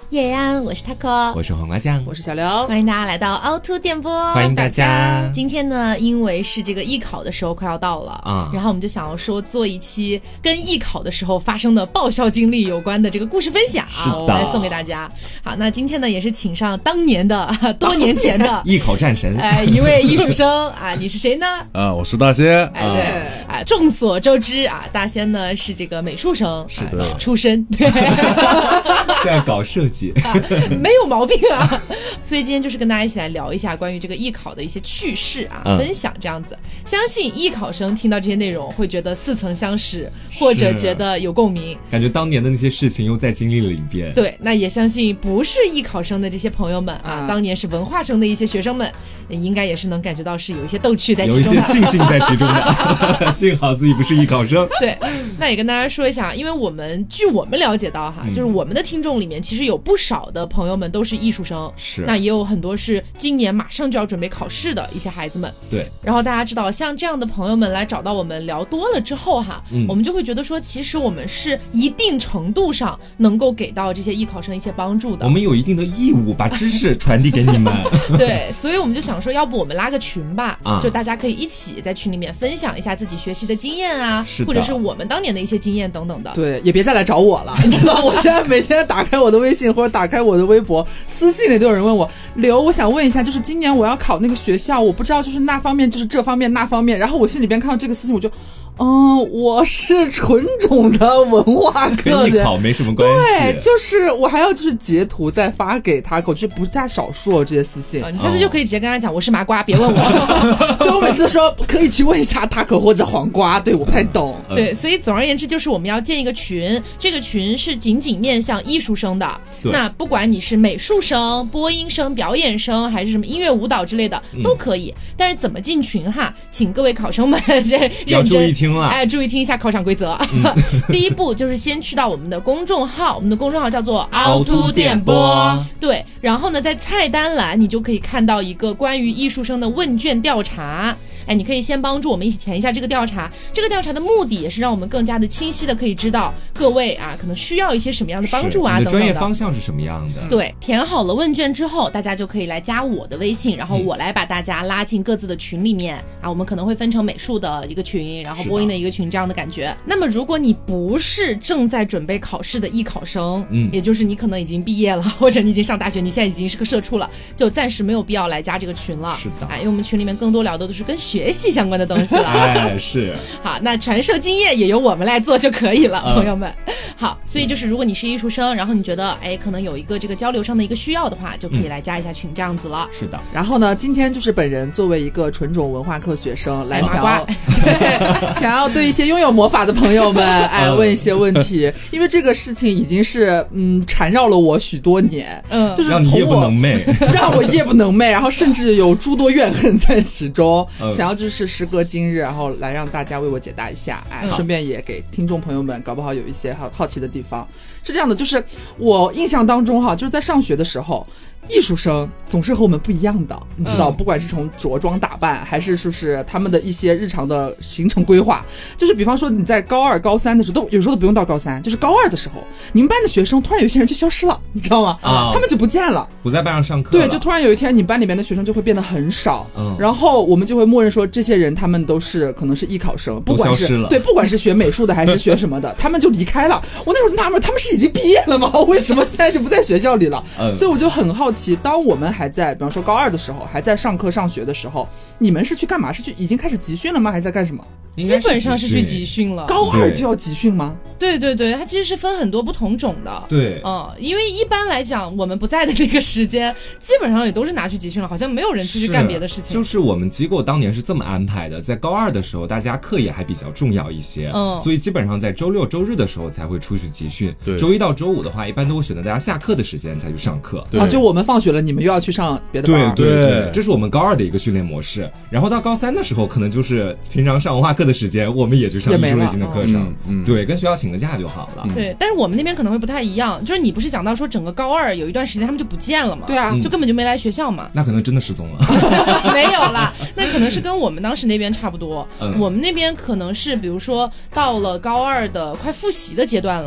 叶安，我是 Taco， 我是黄瓜酱， 我是小刘， 欢迎大家来到凹凸电波， 欢迎大家。 今天呢，因为是这个艺考的时候快要到了啊，然后我们就想要说做一期跟艺考的时候发生的爆笑经历有关的这个故事分享，来送给大家。好，那今天呢也是请上当年的多年前的艺考战神， 一位艺术生啊，你是谁呢？ 我是大仙。 对，众所周知啊，大仙呢是这个美术生， 是的， 出身，对， 在搞设计， 没有毛病啊。所以今天就是跟大家一起来聊一下关于这个艺考的一些趣事啊，分享这样子。相信艺考生听到这些内容会觉得似曾相识，或者觉得有共鸣， 感觉当年的那些事情又再经历了一遍。 对，那也相信不是艺考生的这些朋友们啊，当年是文化生的一些学生们，应该也是能感觉到是有一些逗趣在其中的， 有一些庆幸在其中的。幸好自己不是艺考生。 对，那也跟大家说一下，因为据我们了解到哈，就是我们的听众里面其实有不少的朋友们都是艺术生， 是， 那也有很多是今年马上就要准备考试的一些孩子们。 对， 然后大家知道，像这样的朋友们来找到我们聊多了之后哈，我们就会觉得说，其实我们是一定程度上能够给到这些艺考生一些帮助的。 我们有一定的义务把知识传递给你们。 对，所以我们就想说，要不我们拉个群吧，就大家可以一起在群里面分享一下自己学习的经验啊，或者是我们当年的一些经验等等的。 对，也别再来找我了，你知道，我现在每天打开我的微信或者打开我的微博，私信里都有人问我，刘，我想问一下，就是今年我要考那个学校，我不知道就是那方面就是这方面那方面，然后我心里边看到这个私信，我就我是纯种的文化课人， 跟艺考没什么关系。 对，就是我还要就是截图再发给他，就是不加少数这些私信。 你下次就可以直接跟他讲，我是麻瓜，别问我。 对，我每次说可以去问一下塔可或者黄瓜，对，我不太懂。 对，所以总而言之就是我们要建一个群，这个群是仅仅面向艺术生的。那不管你是美术生、播音生、表演生，还是什么音乐舞蹈之类的，都可以。但是怎么进群哈，请各位考生们要注意听了， 注意听一下考场规则。第一步就是先去到我们的公众号，我们的公众号叫做凹凸电波。对，然后呢，在菜单栏你就可以看到一个关于艺术生的问卷调查。你可以先帮助我们一起填一下这个调查。这个调查的目的也是让我们更加的清晰的可以知道各位啊可能需要一些什么样的帮助啊等等的。 专业方向是什么样的？ 对，填好了问卷之后，大家就可以来加我的微信，然后我来把大家拉进各自的群里面啊。我们可能会分成美术的一个群，然后播音的一个群，这样的感觉。那么如果你不是正在准备考试的艺考生，也就是你可能已经毕业了，或者你已经上大学，你现在已经是个社畜了，就暂时没有必要来加这个群了。 是的， 因为我们群里面更多聊的都是跟学习相关的东西了。 是。 好，那传授经验也由我们来做就可以了，朋友们。好，所以就是如果你是艺术生，然后你觉得可能有一个这个交流上的一个需要的话，就可以来加一下群这样子了。 是的。 然后呢，今天就是本人作为一个纯种文化课学生来想要对一些拥有魔法的朋友们问一些问题，因为这个事情已经是缠绕了我许多年，就是让你夜不能寐， 让我夜不能寐，然后甚至有诸多怨恨在其中，想要就是时隔今日，然后来让大家为我解答一下，顺便也给听众朋友们搞不好有一些好奇的地方。是这样的，就是我印象当中就是在上学的时候，艺术生总是和我们不一样的，你知道，不管是从着装打扮，还是说是他们的一些日常的行程规划，就是比方说你在高二、高三的时候，有时候都不用到高三，就是高二的时候，你们班的学生突然有一些人就消失了，你知道吗？他们就不见了， 不在班上上课了。对，就突然有一天，你班里面的学生就会变得很少，然后我们就会默认说，这些人他们都是可能是艺考生，不管是对，不管是学美术的还是学什么的，他们就离开了。我那时候就纳闷，他们是已经毕业了吗？为什么现在就不在学校里了？所以我就很好奇，当我们还在比方说高二的时候，还在上课上学的时候，你们是去干嘛？是去已经开始集训了吗？还是在干什么？ 基本上是去集训了。 高二就要集训吗？ 对对对，它其实是分很多不同种的。 对， 因为一般来讲，我们不在的那个时间，基本上也都是拿去集训了，好像没有人出去干别的事情。 就是我们机构当年是这么安排的，在高二的时候，大家课业还比较重要一些，所以基本上在周六周日的时候才会出去集训。 对， 周一到周五的话，一般都会选择大家下课的时间才去上课。 就我们放学了，你们又要去上别的班。 对，这是我们高二的一个训练模式。然后到高三的时候，可能就是平常上文化课的时间，我们也去上艺术类型的课程。对，跟学校请个假就好了。 对，但是我们那边可能会不太一样，就是你不是讲到说整个高二有一段时间他们就不见了吗？ 对啊， 就根本就没来学校嘛。 那可能真的失踪了。 没有啦，那可能是跟我们当时那边差不多。我们那边可能是比如说到了高二的快复习的阶段了，然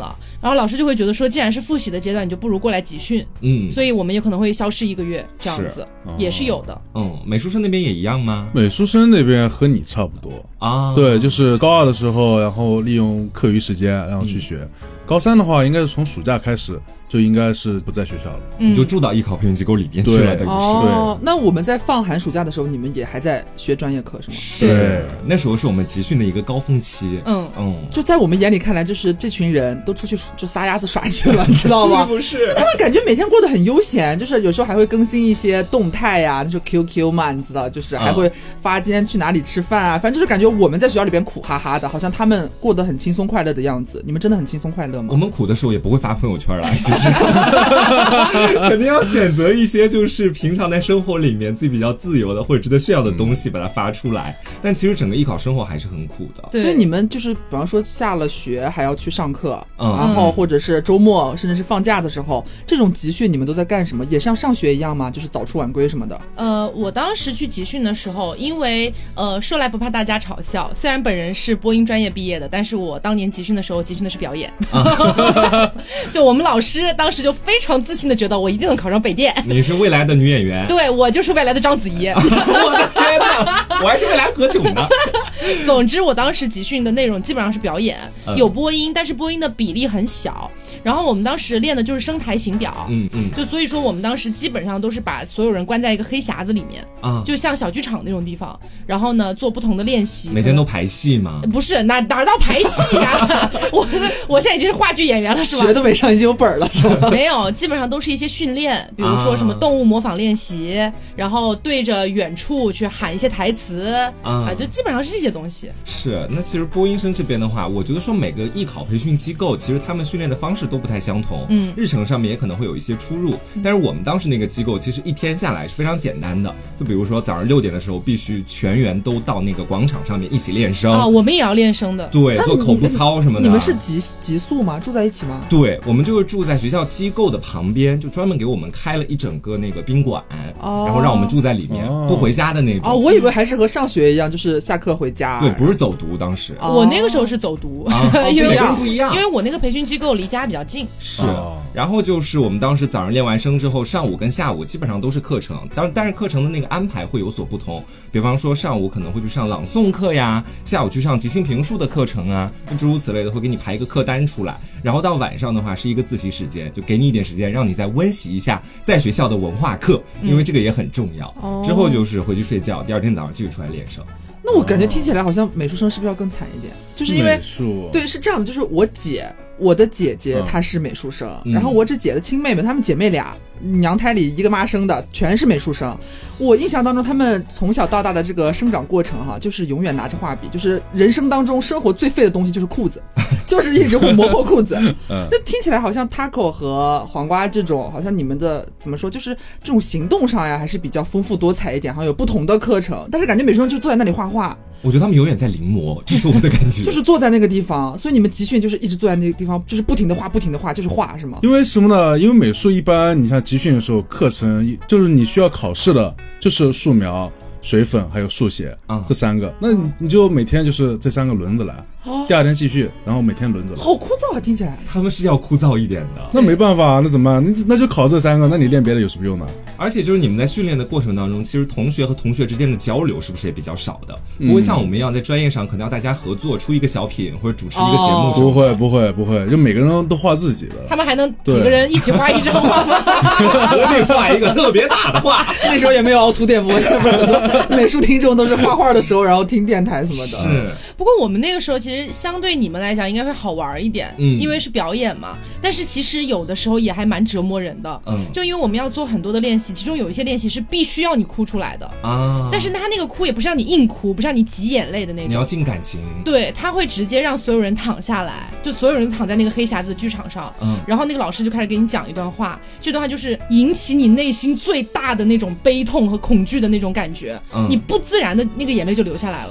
然后老师就会觉得说，既然是复习的阶段，你就不如过来集训。所以我们也可能会消失1个月这样子，也是有的。 美术生那边也一样吗？ 美术生那边和你差不多啊。对，就是高2的时候，然后利用课余时间然后去学。高3的话，应该是从暑假开始就应该是不在学校了， 你就住到艺考培训机构里面去了，等于是。 哦，那我们在放寒暑假的时候，你们也还在学专业课是吗？ 对，那时候是我们集训的一个高峰期。 就在我们眼里看来，就是这群人都出去就撒丫子耍去了，你知道吗？ 是不是？ 他们感觉每天过得很悠闲，就是有时候还会更新一些动态呀，那时候 QQ 嘛，你知道，就是还会发今天去哪里吃饭啊，反正就是感觉我们在学校里边苦哈哈的，好像他们过得很轻松快乐的样子。你们真的很轻松快乐吗？ 我们苦的时候也不会发朋友圈啦，其实肯定要选择一些就是平常在生活里面自己比较自由的或者值得炫耀的东西把它发出来。但其实整个艺考生活还是很苦的。 对，所以你们就是比方说下了学还要去上课，然后或者是周末甚至是放假的时候，这种集训你们都在干什么？也像上学一样吗？就是早出晚归什么的？ 我当时去集训的时候，因为说来不怕大家嘲笑，虽然本人是播音专业毕业的，但是我当年集训的时候集训的是表演。就我们老师当时就非常自信的觉得我一定能考上北电。 你是未来的女演员？ 对，我就是未来的章子怡。 我的天哪，我还是未来何炅呢。 总之我当时集训的内容基本上是表演，有播音，但是播音的比例很小。然后我们当时练的就是声台形表，就所以说我们当时基本上都是把所有人关在一个黑匣子里面，就像小剧场那种地方，然后呢做不同的练习。 每天都排戏吗？ 不是，哪到排戏呀？我现在已经是话剧演员了，是吧？ 学都没上已经有本了，是吧？ 没有，基本上都是一些训练，比如说什么动物模仿练习，然后对着远处去喊一些台词就基本上是这些东西。 是，那其实播音生这边的话，我觉得说每个艺考培训机构其实他们训练的方式都不太相同，日程上面也可能会有一些出入。但是我们当时那个机构其实一天下来是非常简单的，就比如说早上6点的时候必须全员都到那个广场上面一起练声我们也要练声的。 对，做口部操什么的。 你们是集宿吗？住在一起吗？ 对，我们就是住在学校机构的旁边，就专门给我们开了一整个那个宾馆，然后让我们住在里面，不回家的那种。 我以为还是和上学一样，就是下课回家。 对，不是走读，当时我那个时候是走读， 因为不一样， 因为我那个培训机构离家比较近。 是，然后就是我们当时早上练完声之后，上午跟下午基本上都是课程，但是课程的那个安排会有所不同。比方说上午可能会去上朗诵课呀，下午去上即兴评述的课程啊，诸如此类的，会给你排一个课单出来。然后到晚上的话是一个自习时间，就给你一点时间让你再温习一下在学校的文化课，因为这个也很重要。之后就是回去睡觉，第二天早上继续出来练声。 那我感觉听起来好像美术生是不是要更惨一点？就是因为对，是这样的，就是我的姐姐她是美术生，然后我这姐的亲妹妹，她们姐妹俩娘胎里一个妈生的，全是美术生。我印象当中，她们从小到大的这个生长过程就是永远拿着画笔，就是人生当中生活最废的东西就是裤子，就是一直会磨破裤子。就听起来好像 Taco 和黄瓜这种，好像你们的怎么说，就是这种行动上呀，还是比较丰富多彩一点，好像有不同的课程，但是感觉美术生就坐在那里画画。 我觉得他们永远在临摹，这是我的感觉。 就是坐在那个地方，所以你们集训就是一直坐在那个地方，就是不停的画，不停的画，就是画，是吗？ 因为什么呢？因为美术一般，你像集训的时候，课程就是你需要考试的，就是素描、水粉还有速写这3个，那你就每天就是这3个轮着来。第二天继续，然后每天轮着。 好枯燥啊，听起来。 他们是要枯燥一点的。 那没办法，那怎么办？那就考这3个，那你练别的有什么用呢？ 而且就是你们在训练的过程当中，其实同学和同学之间的交流是不是也比较少的？不会像我们一样在专业上可能要大家合作出一个小品或者主持一个节目。 不会，就每个人都画自己的。 他们还能几个人一起画一张画吗？ 合力画一个特别大的画。 那时候也没有凹凸电波，是不是很多美术听众都是画画的时候然后听电台什么的。 是。 不过我们那个时候其实相对你们来讲应该会好玩一点，因为是表演嘛。但是其实有的时候也还蛮折磨人的，就因为我们要做很多的练习，其中有一些练习是必须要你哭出来的但是他那个哭也不是让你硬哭，不是让你挤眼泪的那种， 你要进感情。 对，他会直接让所有人躺下来，就所有人躺在那个黑匣子的剧场上，然后那个老师就开始给你讲一段话，这段话就是引起你内心最大的那种悲痛和恐惧的那种感觉，你不自然的那个眼泪就流下来了。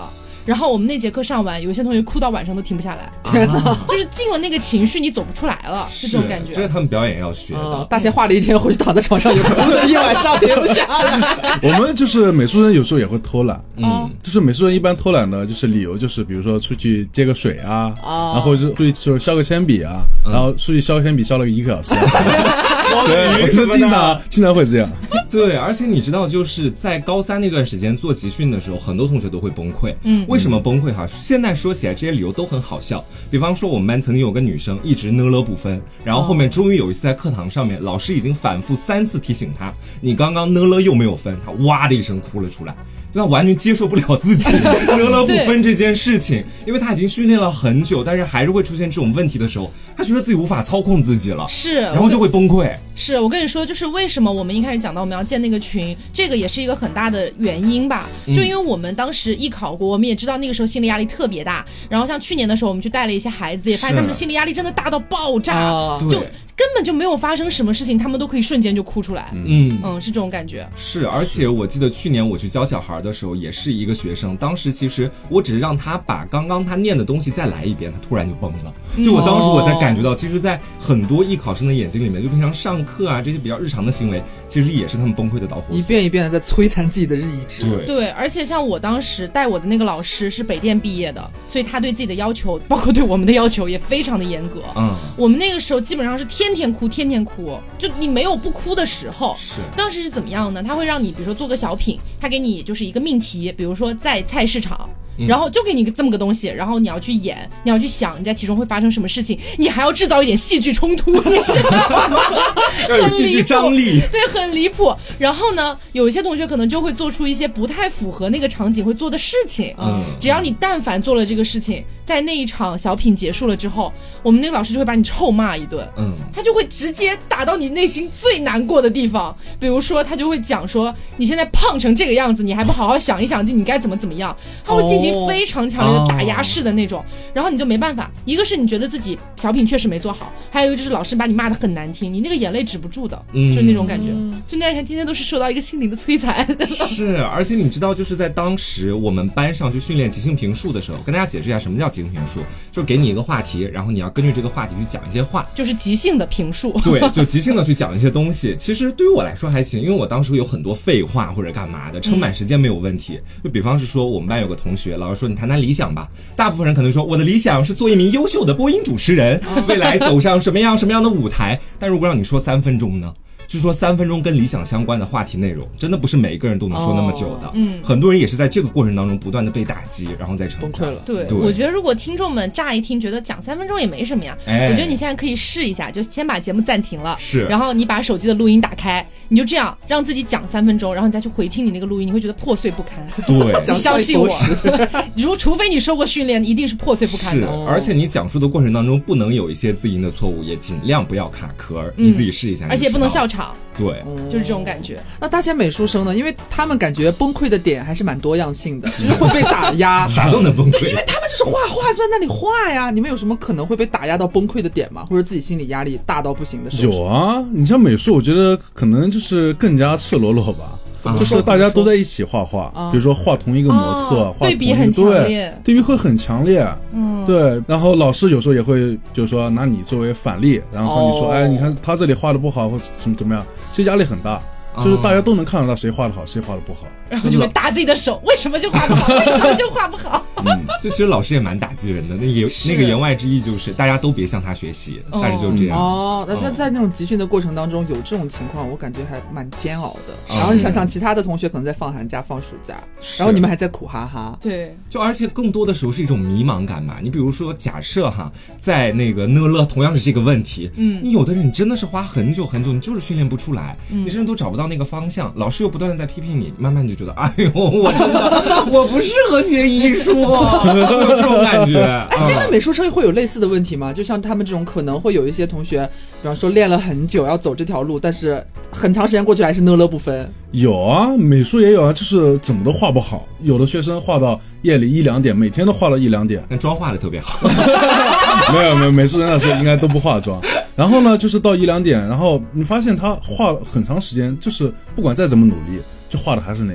然后我们那节课上完，有些同学哭到晚上都停不下来。 天哪， 就是进了那个情绪，你走不出来了，是这种感觉。 这是他们表演要学的。 大仙画了一天，回去躺在床上也哭了一晚上，停不下来。 我们就是美术生有时候也会偷懒，就是美术生一般偷懒的，就是理由就是比如说出去接个水啊，然后就出去就是削个铅笔啊，然后出去削铅笔削了1个小时。对，我是经常会这样。 对，而且你知道，就是在高3那段时间做集训的时候，很多同学都会崩溃。为什么崩溃哈？现在说起来，这些理由都很好笑。比方说，我们班曾经有个女生一直呢了不分，然后后面终于有一次在课堂上面，老师已经反复3次提醒她，你刚刚呢了又没有分，她哇的一声哭了出来。他完全接受不了自己呢了不分这件事情，因为他已经训练了很久，但是还是会出现这种问题的时候，他觉得自己无法操控自己了， 是， 然后就会崩溃。 是我跟你说，就是为什么我们一开始讲到我们要建那个群，这个也是一个很大的原因吧。就因为我们当时艺考过，我们也知道那个时候心理压力特别大。然后像去年的时候，我们去带了一些孩子，也发现他们的心理压力真的大到爆炸，就根本就没有发生什么事情，他们都可以瞬间就哭出来。是这种感觉。 是，而且我记得去年我去教小孩的时候，也是一个学生，当时其实我只是让他把刚刚他念的东西再来一遍，他突然就崩了。就我当时我才感觉到，其实在很多艺考生的眼睛里面，就平常上课啊这些比较日常的行为，其实也是他们崩溃的导火索， 一遍一遍的在摧残自己的意志。 对，而且像我当时带我的那个老师是北电毕业的，所以他对自己的要求，包括对我们的要求也非常的严格。我们那个时候基本上是天天哭，就你没有不哭的时候。 是， 当时是怎么样呢？他会让你比如说做个小品，他给你就是一个命题，比如说在菜市场。然后就给你这么个东西，然后你要去演，你要去想你在其中会发生什么事情，你还要制造一点戏剧冲突，你知道吗？ 要有戏剧张力， 对，很离谱。然后呢，有一些同学可能就会做出一些不太符合那个场景会做的事情。只要你但凡做了这个事情，在那一场小品结束了之后，我们那个老师就会把你臭骂一顿。他就会直接打到你内心最难过的地方。比如说，他就会讲说，你现在胖成这个样子，你还不好好想一想，就你该怎么样。他会进行非常强烈的打压式的那种，然后你就没办法。一个是你觉得自己小品确实没做好，还有一个就是老师把你骂得很难听，你那个眼泪止不住的，就是那种感觉。就那段时间天天都是受到一个心灵的摧残。 是，而且你知道，就是在当时我们班上去训练即兴评述的时候，跟大家解释一下什么叫即兴评述，就是给你一个话题，然后你要根据这个话题去讲一些话， 就是即兴的评述。 对，就即兴的去讲一些东西。其实对于我来说还行，因为我当时有很多废话或者干嘛的，撑满时间没有问题。就比方是说，我们班有个同学，老师说你谈谈理想吧，大部分人可能说我的理想是做一名优秀的播音主持人，未来走上什么样的舞台。但如果让你说3分钟呢？就说3分钟跟理想相关的话题内容，真的不是每个人都能说那么久的。很多人也是在这个过程当中不断的被打击，然后再成长， 崩溃了。 对，我觉得如果听众们乍一听觉得讲3分钟也没什么呀，我觉得你现在可以试一下，就先把节目暂停了， 是， 然后你把手机的录音打开，你就这样让自己讲3分钟，然后你再去回听你那个录音，你会觉得破碎不堪。 对， 你相信我，除非你受过训练，一定是破碎不堪的。 是，而且你讲述的过程当中不能有一些字音的错误，也尽量不要卡壳，你自己试一下。 而且不能笑场。 对， 就是这种感觉。 那大仙美术生呢？因为他们感觉崩溃的点还是蛮多样性的，就是会被打压， 啥都能崩溃。 因为他们就是画画就在那里画呀。你们有什么可能会被打压到崩溃的点吗？或者自己心理压力大到不行的时候？ 有啊，你像美术，我觉得可能就是更加赤裸裸吧。就是大家都在一起画画，比如说画同一个模特，画对比很强烈， 对比会很强烈。对。然后老师有时候也会就是说拿你作为反例，然后说你说，哎，你看他这里画的不好，或者怎么样，其实压力很大。就是大家都能看得到谁画的好，谁画的不好， 然后就会打自己的手，为什么就画不好？为什么就画不好？ 就其实老师也蛮打击人的。那个言外之意就是大家都别向他学习，但是就这样。 那在那种集训的过程当中有这种情况，我感觉还蛮煎熬的。然后你想想，其他的同学可能在放寒假、放暑假，然后你们还在苦哈哈。 对， 就而且更多的时候是一种迷茫感吧。你比如说，假设哈，在那个呢了同样是这个问题，你有的人你真的是花很久很久，你就是训练不出来，你甚至都找不到那个方向，老师又不断的在批评你，慢慢就觉得，哎呦，我真的我不适合学艺术，有这种感觉。 那美术生会有类似的问题吗？就像他们这种，可能会有一些同学，比方说练了很久要走这条路，但是很长时间过去还是呢了不分。 有啊，美术也有啊，就是怎么都画不好。有的学生画到夜里1-2点，每天都画了1-2点， 但妆画的特别好。 没有，美术生那时候应该都不化妆。然后呢，就是到1-2点，然后你发现他画了很长时间，就是不管再怎么努力，就画的还是那样。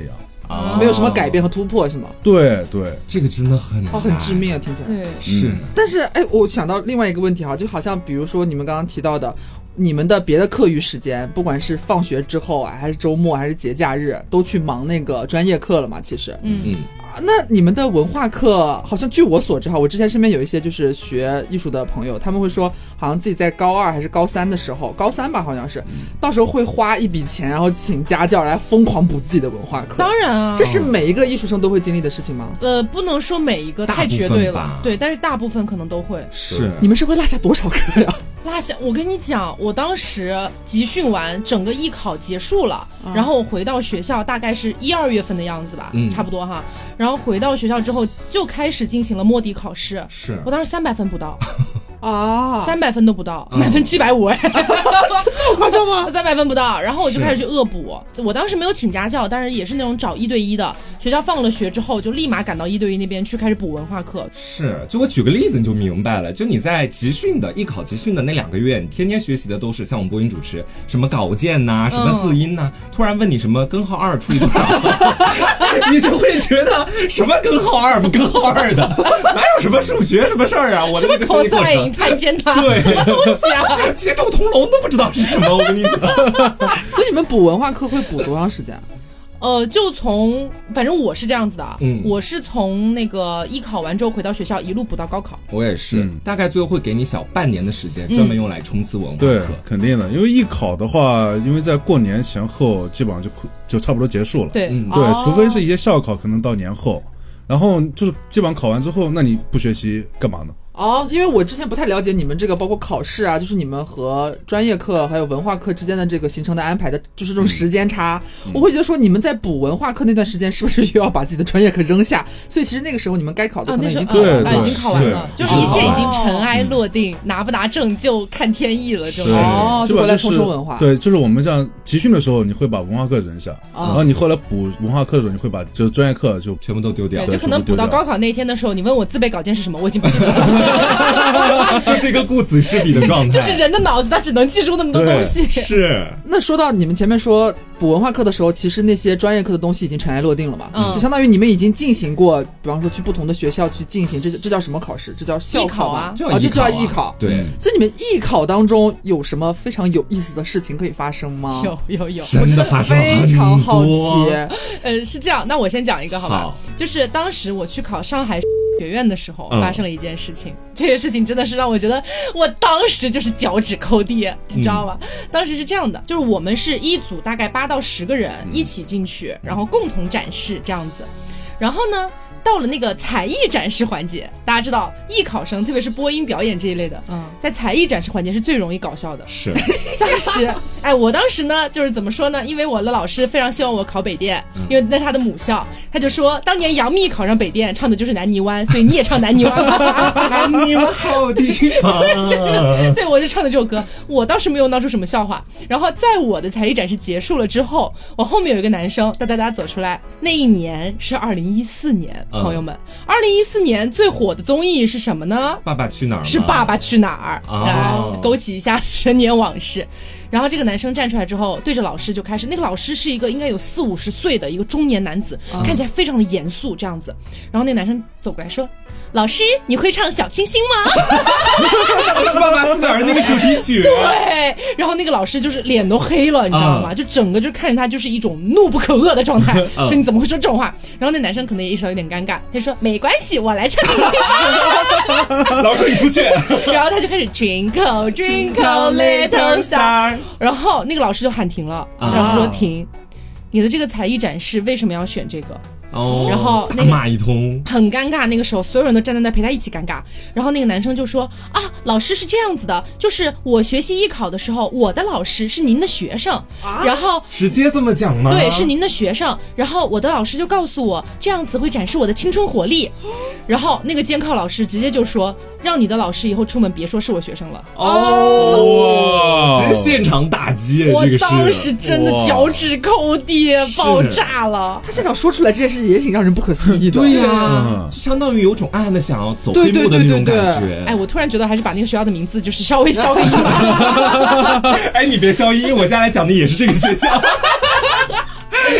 没有什么改变和突破是吗？ 对对， 这个真的很难很致命啊，听起来。 对， 是。 但是我想到另外一个问题就好像比如说你们刚刚提到的，你们的别的课余时间，不管是放学之后还是周末还是节假日，都去忙那个专业课了嘛？其实，那你们的文化课，好像据我所知我之前身边有一些就是学艺术的朋友，他们会说，好像自己在高2还是高3的时候，高3吧，好像是，到时候会花一笔钱，然后请家教来疯狂补自己的文化课。 当然啊， 这是每一个艺术生都会经历的事情吗？ 不能说每一个太绝对了，对，但是大部分可能都会。 是， 你们是会落下多少课呀？ 落下，我跟你讲，我当时集训完，整个艺考结束了，然后我回到学校，大概是1、2月份的样子吧，差不多哈。然后回到学校之后，就开始进行了摸底考试。 是我当时300分不到。 啊 ，300分都不到，满分750哎， 这么夸张吗 ？300分不到，然后我就开始去恶补。我当时没有请家教，但是也是那种找1对1的。学校放了学之后，就立马赶到1对1那边去开始补文化课。 是，就我举个例子你就明白了。就你在集训的艺考集训的那2个月，你天天学习的都是像我们播音主持什么稿件呐、什么字音呐，突然问你什么根号2除以多少，你就会觉得什么根号2不根号2的，哪有什么数学什么事儿啊？我的那个学习过程。 探监他对什么东西啊？ 鸡兔同笼都不知道是什么，我跟你讲。 所以你们补文化课会补多长时间？ 就从，反正我是这样子的，我是从那个艺考完之后回到学校，一路补到高考。 我也是，大概最后会给你小半年的时间，专门用来冲刺文化课。 对，肯定的，因为艺考的话，因为在过年前后基本上就差不多结束了。 对， 对，除非是一些校考，可能到年后，然后就是基本上考完之后，那你不学习干嘛呢？ 因为我之前不太了解你们这个包括考试啊，就是你们和专业课还有文化课之间的这个行程的安排的，就是这种时间差。我会觉得说你们在补文化课那段时间是不是又要把自己的专业课扔下？所以其实那个时候你们该考的可能已经考完了， 已经考完了，就是一切已经尘埃落定，拿不拿证就看天意了。这种就回来冲文化。 对，就是我们像集训的时候，你会把文化课扔下，然后你后来补文化课的时候，你会把就是专业课就全部都丢掉。 对，就可能补到高考那一天的时候，你问我自备稿件是什么，我已经不记得了。 这是一个顾此失彼的状态， 就是人的脑子他只能记住那么多东西。 是。 那说到你们前面说补文化课的时候，其实那些专业课的东西已经尘埃落定了嘛，就相当于你们已经进行过，比方说去不同的学校去进行，这叫什么考试？这叫校考啊， 就叫艺考。 对， 所以你们艺考当中有什么非常有意思的事情可以发生吗？ 有， 我真的发生非常好奇。 是这样，那我先讲一个好吧，就是当时我去考上海学院的时候发生了一件事情，这个事情真的是让我觉得我当时就是脚趾抠地，你知道吗？当时是这样的，就是我们是一组大概8到10个人一起进去，然后共同展示这样子，然后呢到了那个才艺展示环节，大家知道艺考生特别是播音表演这一类的，在才艺展示环节是最容易搞笑的。 是， 我当时呢就是怎么说呢？因为我的老师非常希望我考北电，因为那是他的母校，他就说当年杨幂考上北电唱的就是南泥湾，所以你也唱南泥湾吧。 南泥湾好地方。 对，我就唱的这首歌，我当时没有闹出什么笑话。然后在我的才艺展示结束了之后，我后面有一个男生哒走出来，那一年是2014年。朋友们，2014年最火的综艺是什么呢？ 爸爸去哪儿？ 是爸爸去哪儿，勾起一下陈年往事。然后这个男生站出来之后，对着老师就开始，那个老师是一个应该有40、50岁的一个中年男子，看起来非常的严肃这样子。然后那个男生走过来说：“老师，你会唱小星星吗？” 是爸爸去哪儿那个主题曲。 对，然后那个老师就是脸都黑了，你知道吗？就整个就看着他就是一种怒不可遏的状态。说你怎么会说这种话？然后那男生可能也意识到有点尴尬，他就说没关系，我来唱。 老师你出去。 然后他就开始 Twinkle Twinkle Little Star， 然后那个老师就喊停了，老师说停，你的这个才艺展示为什么要选这个？然后那个骂一通， 很尴尬。那个时候所有人都站在那陪他一起尴尬。然后那个男生就说啊，老师是这样子的，就是我学习艺考的时候，我的老师是您的学生，然后直接这么讲吗？ 对，是您的学生。然后我的老师就告诉我，这样子会展示我的青春活力。然后那个监考老师直接就说，让你的老师以后出门别说是我学生了。 哇，直接现场打击。 我当时真的脚趾抠地，爆炸了。 他现场说出来这件事也挺让人不可思议的。 对呀，就相当于有种暗暗的想要走黑幕的那种感觉。 我突然觉得还是把那个学校的名字就是稍微消个音吧。 你别消音，我接下来讲的也是这个学校。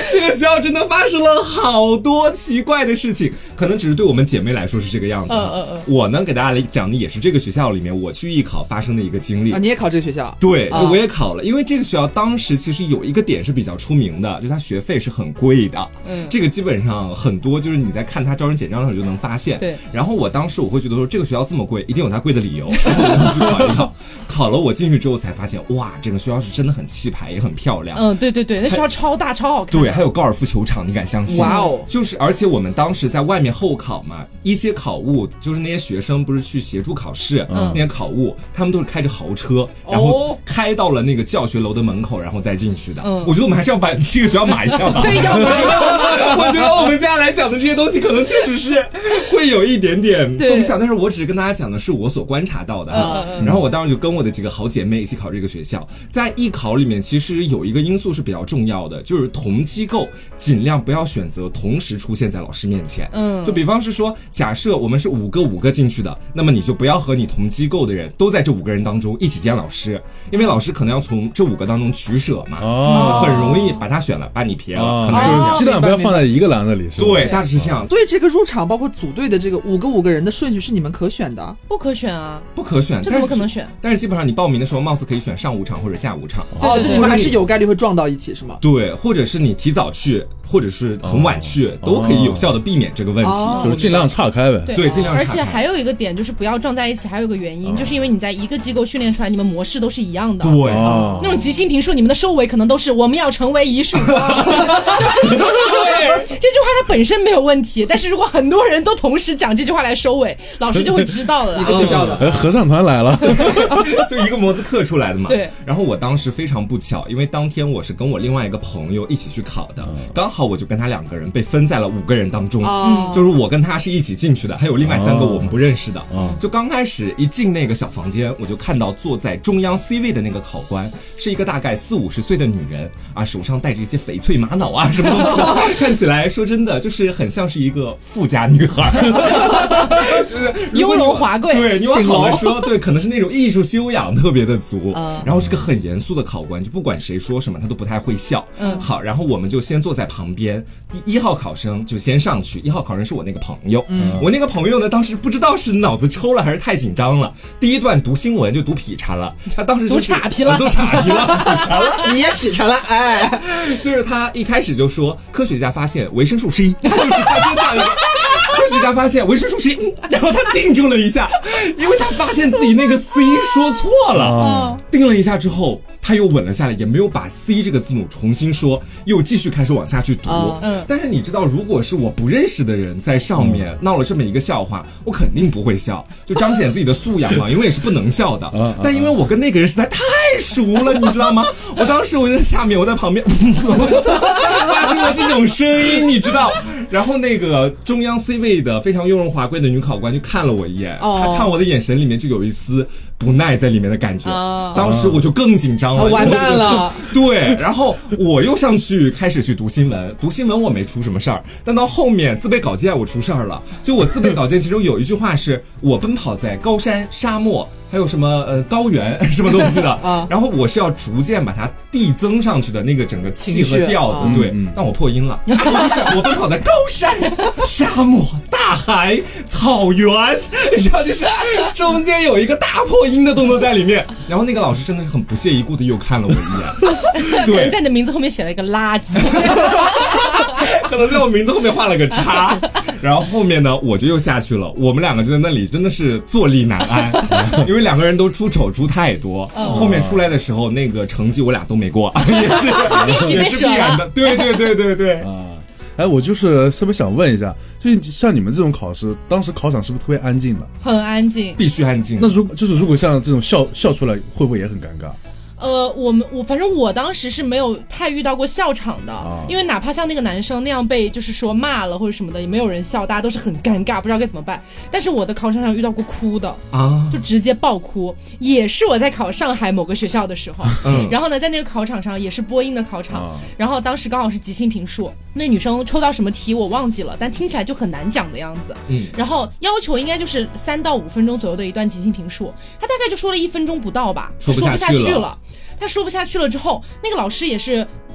这个学校真的发生了好多奇怪的事情，可能只是对我们姐妹来说是这个样子。我呢给大家来讲的也是这个学校里面我去艺考发生的一个经历。 你也考这个学校？ 对，就我也考了，因为这个学校当时其实有一个点是比较出名的，就它学费是很贵的。这个基本上很多就是你在看它招人简章的时候就能发现。 对。 然后我当时我会觉得说这个学校这么贵，一定有它贵的理由。然后我就去考一考，考了我进去之后才发现，哇，整个学校是真的很气派，也很漂亮。 对对对，那学校超大超好看。 对，还有高尔夫球场，你敢相信？ 哇哦！ 就是而且我们当时在外面候考嘛，一些考务就是那些学生不是去协助考试，那些考务他们都是开着豪车，然后开到了那个教学楼的门口，然后再进去的。我觉得我们还是要把这个学校码一下吧。 对，要码。 我觉得我们接下来讲的这些东西可能确实是会有一点点风向，但是我只是跟大家讲的是我所观察到的。然后我当时就跟我的几个好姐妹一起考这个学校。在艺考里面其实有一个因素是比较重要的，就是同机构尽量不要选择同时出现在老师面前。就比方是说，假设我们是五个进去的，那么你就不要和你同机构的人都在这5个人当中一起见老师，因为老师可能要从这5个当中取舍嘛，很容易把他选了，把你撇了，可能就是鸡蛋不要放在一个篮子里。 对，大致是这样。 对，这个入场包括组队的这个5个人的顺序是你们可选的？ 不可选啊， 不可选， 这怎么可能选？ 但是基本上你报名的时候，貌似可以选上午场或者下午场。 就你们还是有概率会撞到一起是吗？ 对，或者是你提早去，或者是很晚去，都可以有效的避免这个问题， 就是尽量岔开呗。 对，尽量岔开。 而且还有一个点就是不要撞在一起，还有一个原因，就是因为你在一个机构训练出来，你们模式都是一样的。 对， 那种即兴评述，你们的收尾可能都是我们要成为一束光。就是这句话它本身没有问题，但是如果很多人都同时讲这句话来收尾，老师就会知道了。 一个学校的合唱团来了， 就一个模子刻出来的嘛。 对。 然后我当时非常不巧，因为当天我是跟我另外一个朋友一起去考的，刚好我就跟他2个人被分在了5个人当中。就是我跟他是一起进去的，还有另外3个我们不认识的。就刚开始一进那个小房间，我就看到坐在中央 C 位的那个考官是一个大概40-50岁的女人啊，手上戴着一些翡翠玛瑙啊什么东西的，看起来说真的就是很像是一个富家女孩，就是雍容华贵。 对，你往好的说，对，可能是那种艺术修养特别的足，然后是个很严肃的考官，就不管谁说什么他都不太会笑。好，然后我们就先坐在旁边，1号考生就先上去，1号考生是我那个朋友。我那个朋友呢，当时不知道是脑子抽了还是太紧张了，第一段读新闻就读劈叉了，他当时读岔劈了， 都岔劈了，劈叉了， 你也劈叉了，哎， 就是他一开始就说科学家发现维生素 C， 就是他说这样一个。科学家发现维生素 C， 然后他定住了一下，因为他发现自己那个 C 说错了，定了一下之后，他又稳了下来，也没有把 C 这个字母重新说，又继续开始往下去读。但是你知道，如果是我不认识的人在上面闹了这么一个笑话，我肯定不会笑，就彰显自己的素养嘛，因为也是不能笑的。但因为我跟那个人实在太熟了，你知道吗？我当时我在下面，我在旁边发出了这种声音，你知道。然后那个中央 C 位的非常雍容华贵的女考官就看了我一眼，她看我的眼神里面就有一丝不耐在里面的感觉。当时我就更紧张了， 完蛋了。 对，然后我又上去开始去读新闻，读新闻我没出什么事儿，但到后面自备稿件我出事儿了。就我自备稿件其中有一句话是我奔跑在高山沙漠还有什么高原什么东西的然后我是要逐渐把它递增上去的那个整个气和调子。对，但我破音了。我奔跑在高山沙漠大海草原，你知道，就是中间有一个大破音的动作在里面。然后那个老师真的是很不屑一顾的又看了我一眼，对， 可能在你的名字后面写了一个垃圾， 可能在我名字后面画了个叉。然后后面呢，我就又下去了。我们2个就在那里真的是坐立难安，因为2个人都出丑出太多。后面出来的时候，那个成绩我俩都没过，也是必然的。对对对对对。 哎，我就是特别想问一下，就是像你们这种考试，当时考场是不是特别安静的？ 很安静， 必须安静。 那如果像这种笑出来，会不会也很尴尬？ 反正我当时是没有太遇到过笑场的，因为哪怕像那个男生那样被就是说骂了或者什么的，也没有人笑，大家都是很尴尬，不知道该怎么办。但是我的考场上遇到过哭的就直接爆哭，也是我在考上海某个学校的时候，然后呢，在那个考场上也是播音的考场，然后当时刚好是即兴评述，那女生抽到什么题我忘记了，但听起来就很难讲的样子，然后要求应该就是3到5分钟左右的一段即兴评述，她大概就说了1分钟不到吧，说不下去了。他说不下去了之后，那个老师也是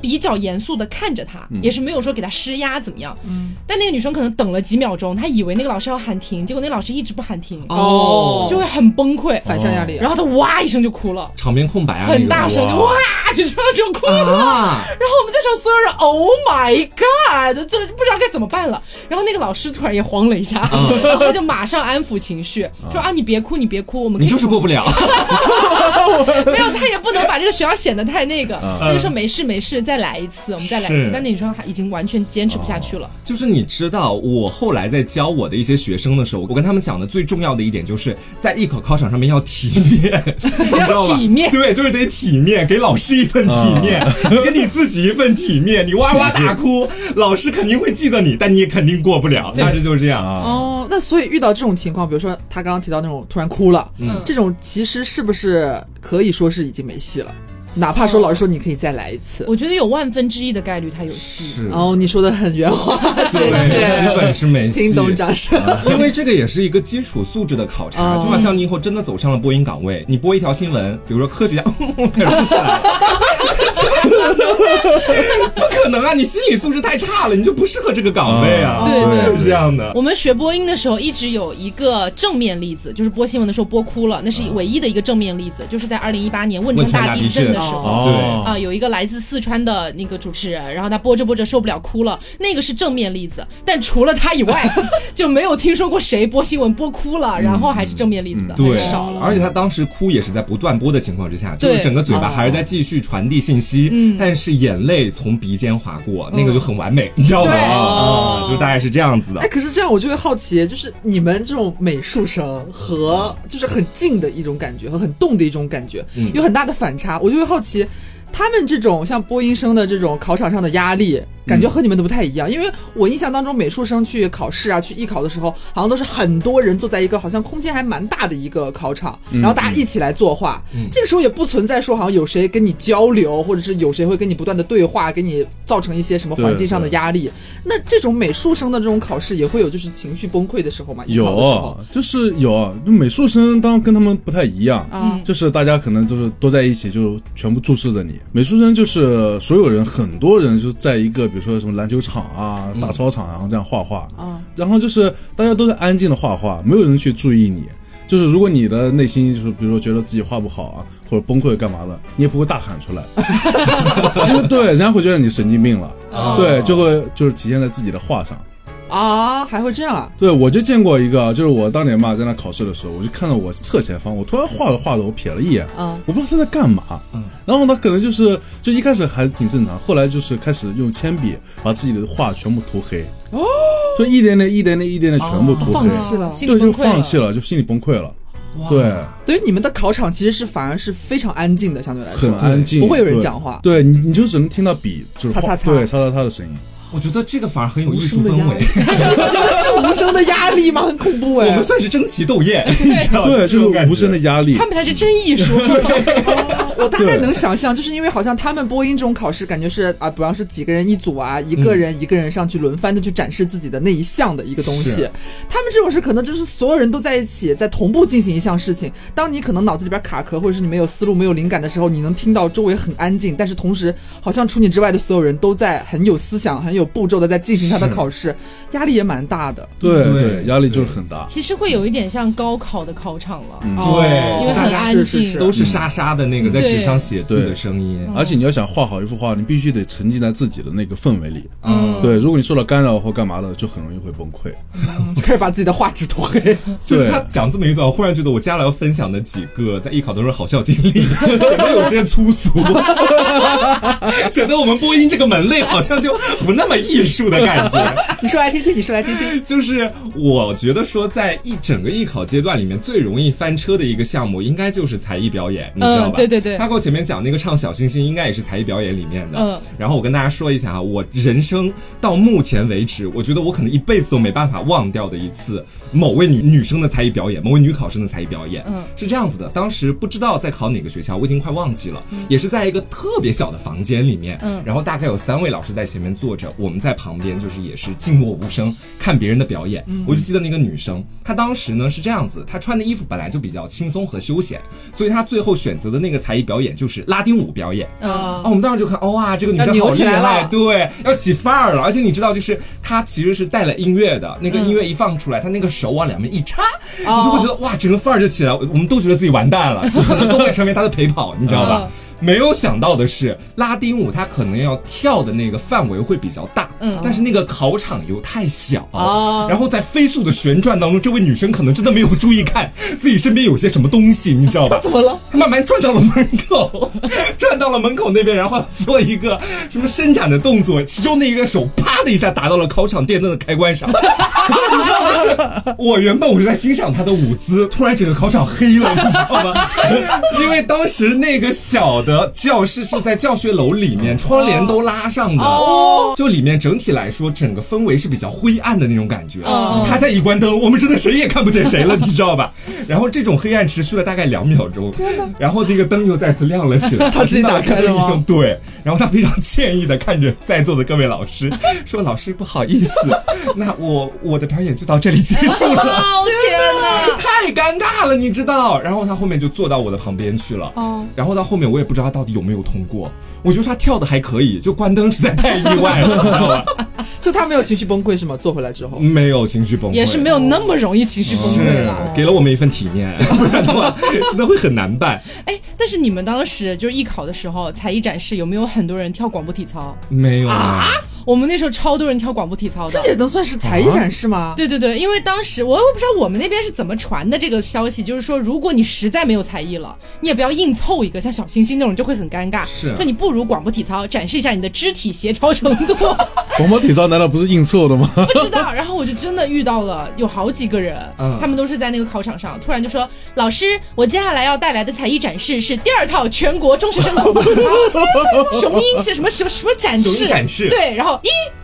比较严肃的看着他，也是没有说给他施压怎么样。但那个女生可能等了几秒钟，她以为那个老师要喊停，结果那个老师一直不喊停，就会很崩溃， 反向压力。 然后她哇一声就哭了， 场面空白啊， 很大声就哇就这样就哭了。然后我们在场所有人 Oh my God， 这不知道该怎么办了。然后那个老师突然也慌了一下，然后他就马上安抚情绪，说啊你别哭你别哭，我们可以你就是过不了。 没有，他也不能把这个学校显得太那个，他就说没事没事，再来一次，我们再来一次。但那女生已经完全坚持不下去了。 就是你知道，我后来在教我的一些学生的时候，我跟他们讲的最重要的一点就是在艺考考场上面要体面，你知道吧？ 体面， 对，就是得体面，给老师一份体面，给你自己一份体面。你哇哇大哭，老师肯定会记得你，但你也肯定过不了。但是就是这样哦，那所以遇到这种情况，比如说他刚刚提到那种突然哭了，这种其实是不是可以说是已经没戏了？哪怕说老师说你可以再来一次， 我觉得有1/1000%的概率他有戏。 哦，你说的很圆滑，谢谢。 基本是没戏， 听懂掌声。 因为这个也是一个基础素质的考察，就好像你以后真的走上了播音岗位，你播一条新闻，比如说科学家开始起来。不可能啊！你心理素质太差了，你就不适合这个岗位啊！ 对， 就是这样的。 我们学播音的时候一直有一个正面例子，就是播新闻的时候播哭了，那是唯一的一个正面例子，就是在2018年汶川大地震的时候， 对有一个来自四川的那个主持人，然后他播着播着受不了哭了，那个是正面例子。但除了他以外，就没有听说过谁播新闻播哭了，然后还是正面例子的， 对， 很少了。 而且他当时哭也是在不断播的情况之下，就是整个嘴巴还是在继续传递信息，但是眼泪从鼻尖划过，那个就很完美，你知道吗？就大概是这样子的。 哎，可是这样我就会好奇，就是你们这种美术生和就是很静的一种感觉和很动的一种感觉，有很大的反差，我就会好奇。他们这种像播音生的这种考场上的压力，感觉和你们都不太一样。因为我印象当中美术生去考试啊，去艺考的时候，好像都是很多人坐在一个好像空间还蛮大的一个考场，然后大家一起来作画，这个时候也不存在说好像有谁跟你交流，或者是有谁会跟你不断的对话，给你造成一些什么环境上的压力。那这种美术生的这种考试也会有就是情绪崩溃的时候吗？艺考的时候就是有，美术生当然跟他们不太一样，就是大家可能都是都在一起，就全部注视着你。美术生就是所有人，很多人就在一个比如说什么篮球场啊、大操场，然后这样画画，然后就是大家都在安静的画画，没有人去注意你。就是如果你的内心就是比如说觉得自己画不好啊，或者崩溃干嘛的，你也不会大喊出来，因为对人家会觉得你神经病了，对，就会就是体现在自己的画上。 啊，还会这样啊？对， 我就见过一个，就是我当年嘛，在那考试的时候，我就看到我侧前方，我突然画着，我瞥了一眼，我不知道他在干嘛，然后他可能就一开始还挺正常，后来就是开始用铅笔把自己的画全部涂黑，就一点点全部涂黑， 放弃了， 对，就放弃了，就心理崩溃了。对， 对于你们的考场其实是反而是非常安静的，相对来说很安静， 不会有人讲话， 对，你就只能听到笔就是擦对擦的声音。 我觉得这个反而很有艺术氛围， 真的是无声的压力吗？很恐怖哎！ 我们算是争奇斗艳， 对，就是无声的压力。 他们才是真艺术。 我大概能想象，就是因为好像他们播音这种考试，感觉是啊，比方说几个人一组啊，一个人上去轮番的去展示自己的那一项的一个东西。他们这种是可能就是所有人都在一起，在同步进行一项事情。当你可能脑子里边卡壳，或者是你没有思路、没有灵感的时候，你能听到周围很安静，但是同时好像除你之外的所有人都在很有思想、很有步骤的在进行他的考试，压力也蛮大的。 对，压力就是很大。 其实会有一点像高考的考场了， 对， 因为很安静， 都是沙沙的那个在纸上写字的声音。 而且你要想画好一幅画，你必须得沉浸在自己的那个氛围里。对，如果你受到干扰或干嘛的，就很容易会崩溃， 就开始把自己的画纸涂黑。 就是他讲这么一段，我忽然觉得我接下来要分享的几个在艺考的时候好笑经历，显得有些粗俗，显得我们播音这个门类好像就不那么艺术的感觉。 你说来听听，你说来听听。 就是我觉得说，在整个艺考阶段里面，最容易翻车的一个项目，应该就是才艺表演，你知道吧？ 对对对。 他给我前面讲那个唱小星星，应该也是才艺表演里面的。然后我跟大家说一下啊，我人生到目前为止，我觉得我可能一辈子都没办法忘掉的一次某位女生的才艺表演，某位女考生的才艺表演。是这样子的，当时不知道在考哪个学校，我已经快忘记了，也是在一个特别小的房间里面，然后大概有3位老师在前面坐着，我们在旁边就是也是静默无声看别人的表演。我就记得那个女生，她当时呢是这样子，她穿的衣服本来就比较轻松和休闲，所以她最后选择的那个才艺表演就是拉丁舞表演。我们当时就看，哇，这个女生好厉害，对，要起范儿了。而且你知道，就是她其实是带了音乐的，那个音乐一放出来，她那个手往两边一插，你就会觉得哇，整个范儿就起来，我们都觉得自己完蛋了，就可能都会成为她的陪跑，你知道吧？没有想到的是，拉丁舞它可能要跳的那个范围会比较大，但是那个考场又太小，然后在飞速的旋转当中，这位女生可能真的没有注意看自己身边有些什么东西，你知道吧？ 怎么了？ 她慢慢转到了门口，转到了门口那边，然后做一个什么伸展的动作，其中的一个手啪的一下打到了考场电灯的开关上。我原本是在欣赏她的舞姿，突然整个考场黑了，你知道吗？因为当时那个小的教室是在教学楼里面，窗帘都拉上的，就里面整体来说整个氛围是比较灰暗的那种感觉。他再一关灯，我们真的谁也看不见谁了，你知道吧？然后这种黑暗持续了大概2秒钟，然后那个灯又再次亮了起来， 他自己打开了吗？ 一声对，然后他非常歉意的看着在座的各位老师，说：“老师不好意思，那我的表演就到这里结束了。” 天哪， 太尴尬了，你知道？然后他后面就坐到我的旁边去了。然后到后面我也不知道他到底有没有通过，我觉得他跳的还可以，就关灯实在太意外了，你知道吧？ 就他没有情绪崩溃是吗？坐回来之后没有情绪崩溃， 也是没有那么容易情绪崩溃了， 给了我们一份体面，不然的话真的会很难办。 但是你们当时就是艺考的时候，才艺展示有没有很多人跳广播体操？ 没有啊。我们那时候超多人跳广播体操的， 这也能算是才艺展示吗？ 对对对，因为当时我不知道我们那边是怎么传的这个消息，就是说如果你实在没有才艺了，你也不要硬凑一个像小星星那种，就会很尴尬。 是， 说你不如广播体操展示一下你的肢体协调程度。 广播体操难道不是硬凑的吗？ 不知道。然后我就真的遇到了有好几个人，他们都是在那个考场上，突然就说：“老师，我接下来要带来的才艺展示是第2套全国中学生广播体操雄鹰是什么展示？ 雄鹰展示。 对，然后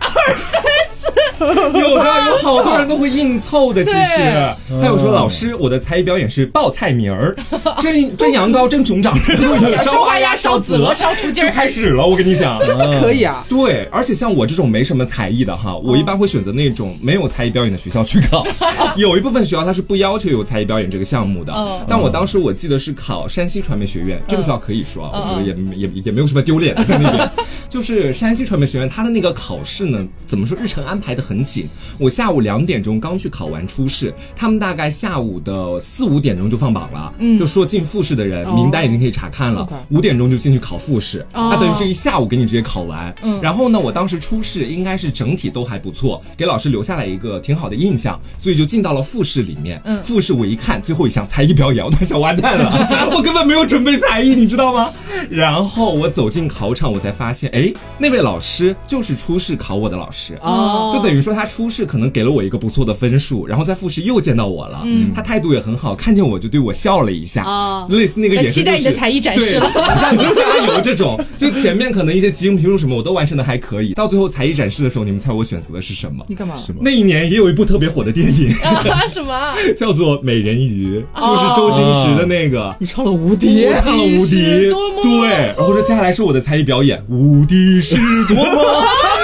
1、2、3、4， 有好多人都会硬凑的。其实还有说，老师，我的才艺表演是报菜名儿，蒸羊羔、蒸熊掌、烧花鸭、烧子鹅、 烧雏鸡， 就开始了。我跟你讲， 真的可以啊。 对，而且像我这种没什么才艺的哈，我一般会选择那种没有才艺表演的学校去考。有一部分学校它是不要求有才艺表演这个项目的，但我当时我记得是考山西传媒学院，这个学校可以说，我觉得也没有什么丢脸的在那边。就是山西传媒学院，它的那个考试呢，怎么说日程安排的很紧。我下午2点钟刚去考完初试，他们大概下午的4、5点钟就放榜了，就说进复试的人名单已经可以查看了，5点钟就进去考复试，他等于是一下午给你直接考完。然后呢，我当时初试应该是整体都还不错，给老师留下来一个挺好的印象，所以就进到了复试里面。复试我一看最后一项才艺表演，我当时想完蛋了，我根本没有准备才艺，你知道吗？然后我走进考场，我才发现，那位老师就是初试考我的老师，就等于说他初试可能给了我一个不错的分数，然后在复试又见到我了，他态度也很好，看见我就对我笑了一下，类似那个眼神， 期待你的才艺展示了， 让你加油这种。就前面可能一些即兴评述什么我都完成的还可以，到最后才艺展示的时候，你们猜我选择的是什么？ 你干嘛？ 那一年也有一部特别火的电影， 什么？ 叫做《美人鱼》，就是周星驰的那个。 你唱了无敌， 我唱了无敌，对。然后说接下来是我的才艺表演，无敌是多么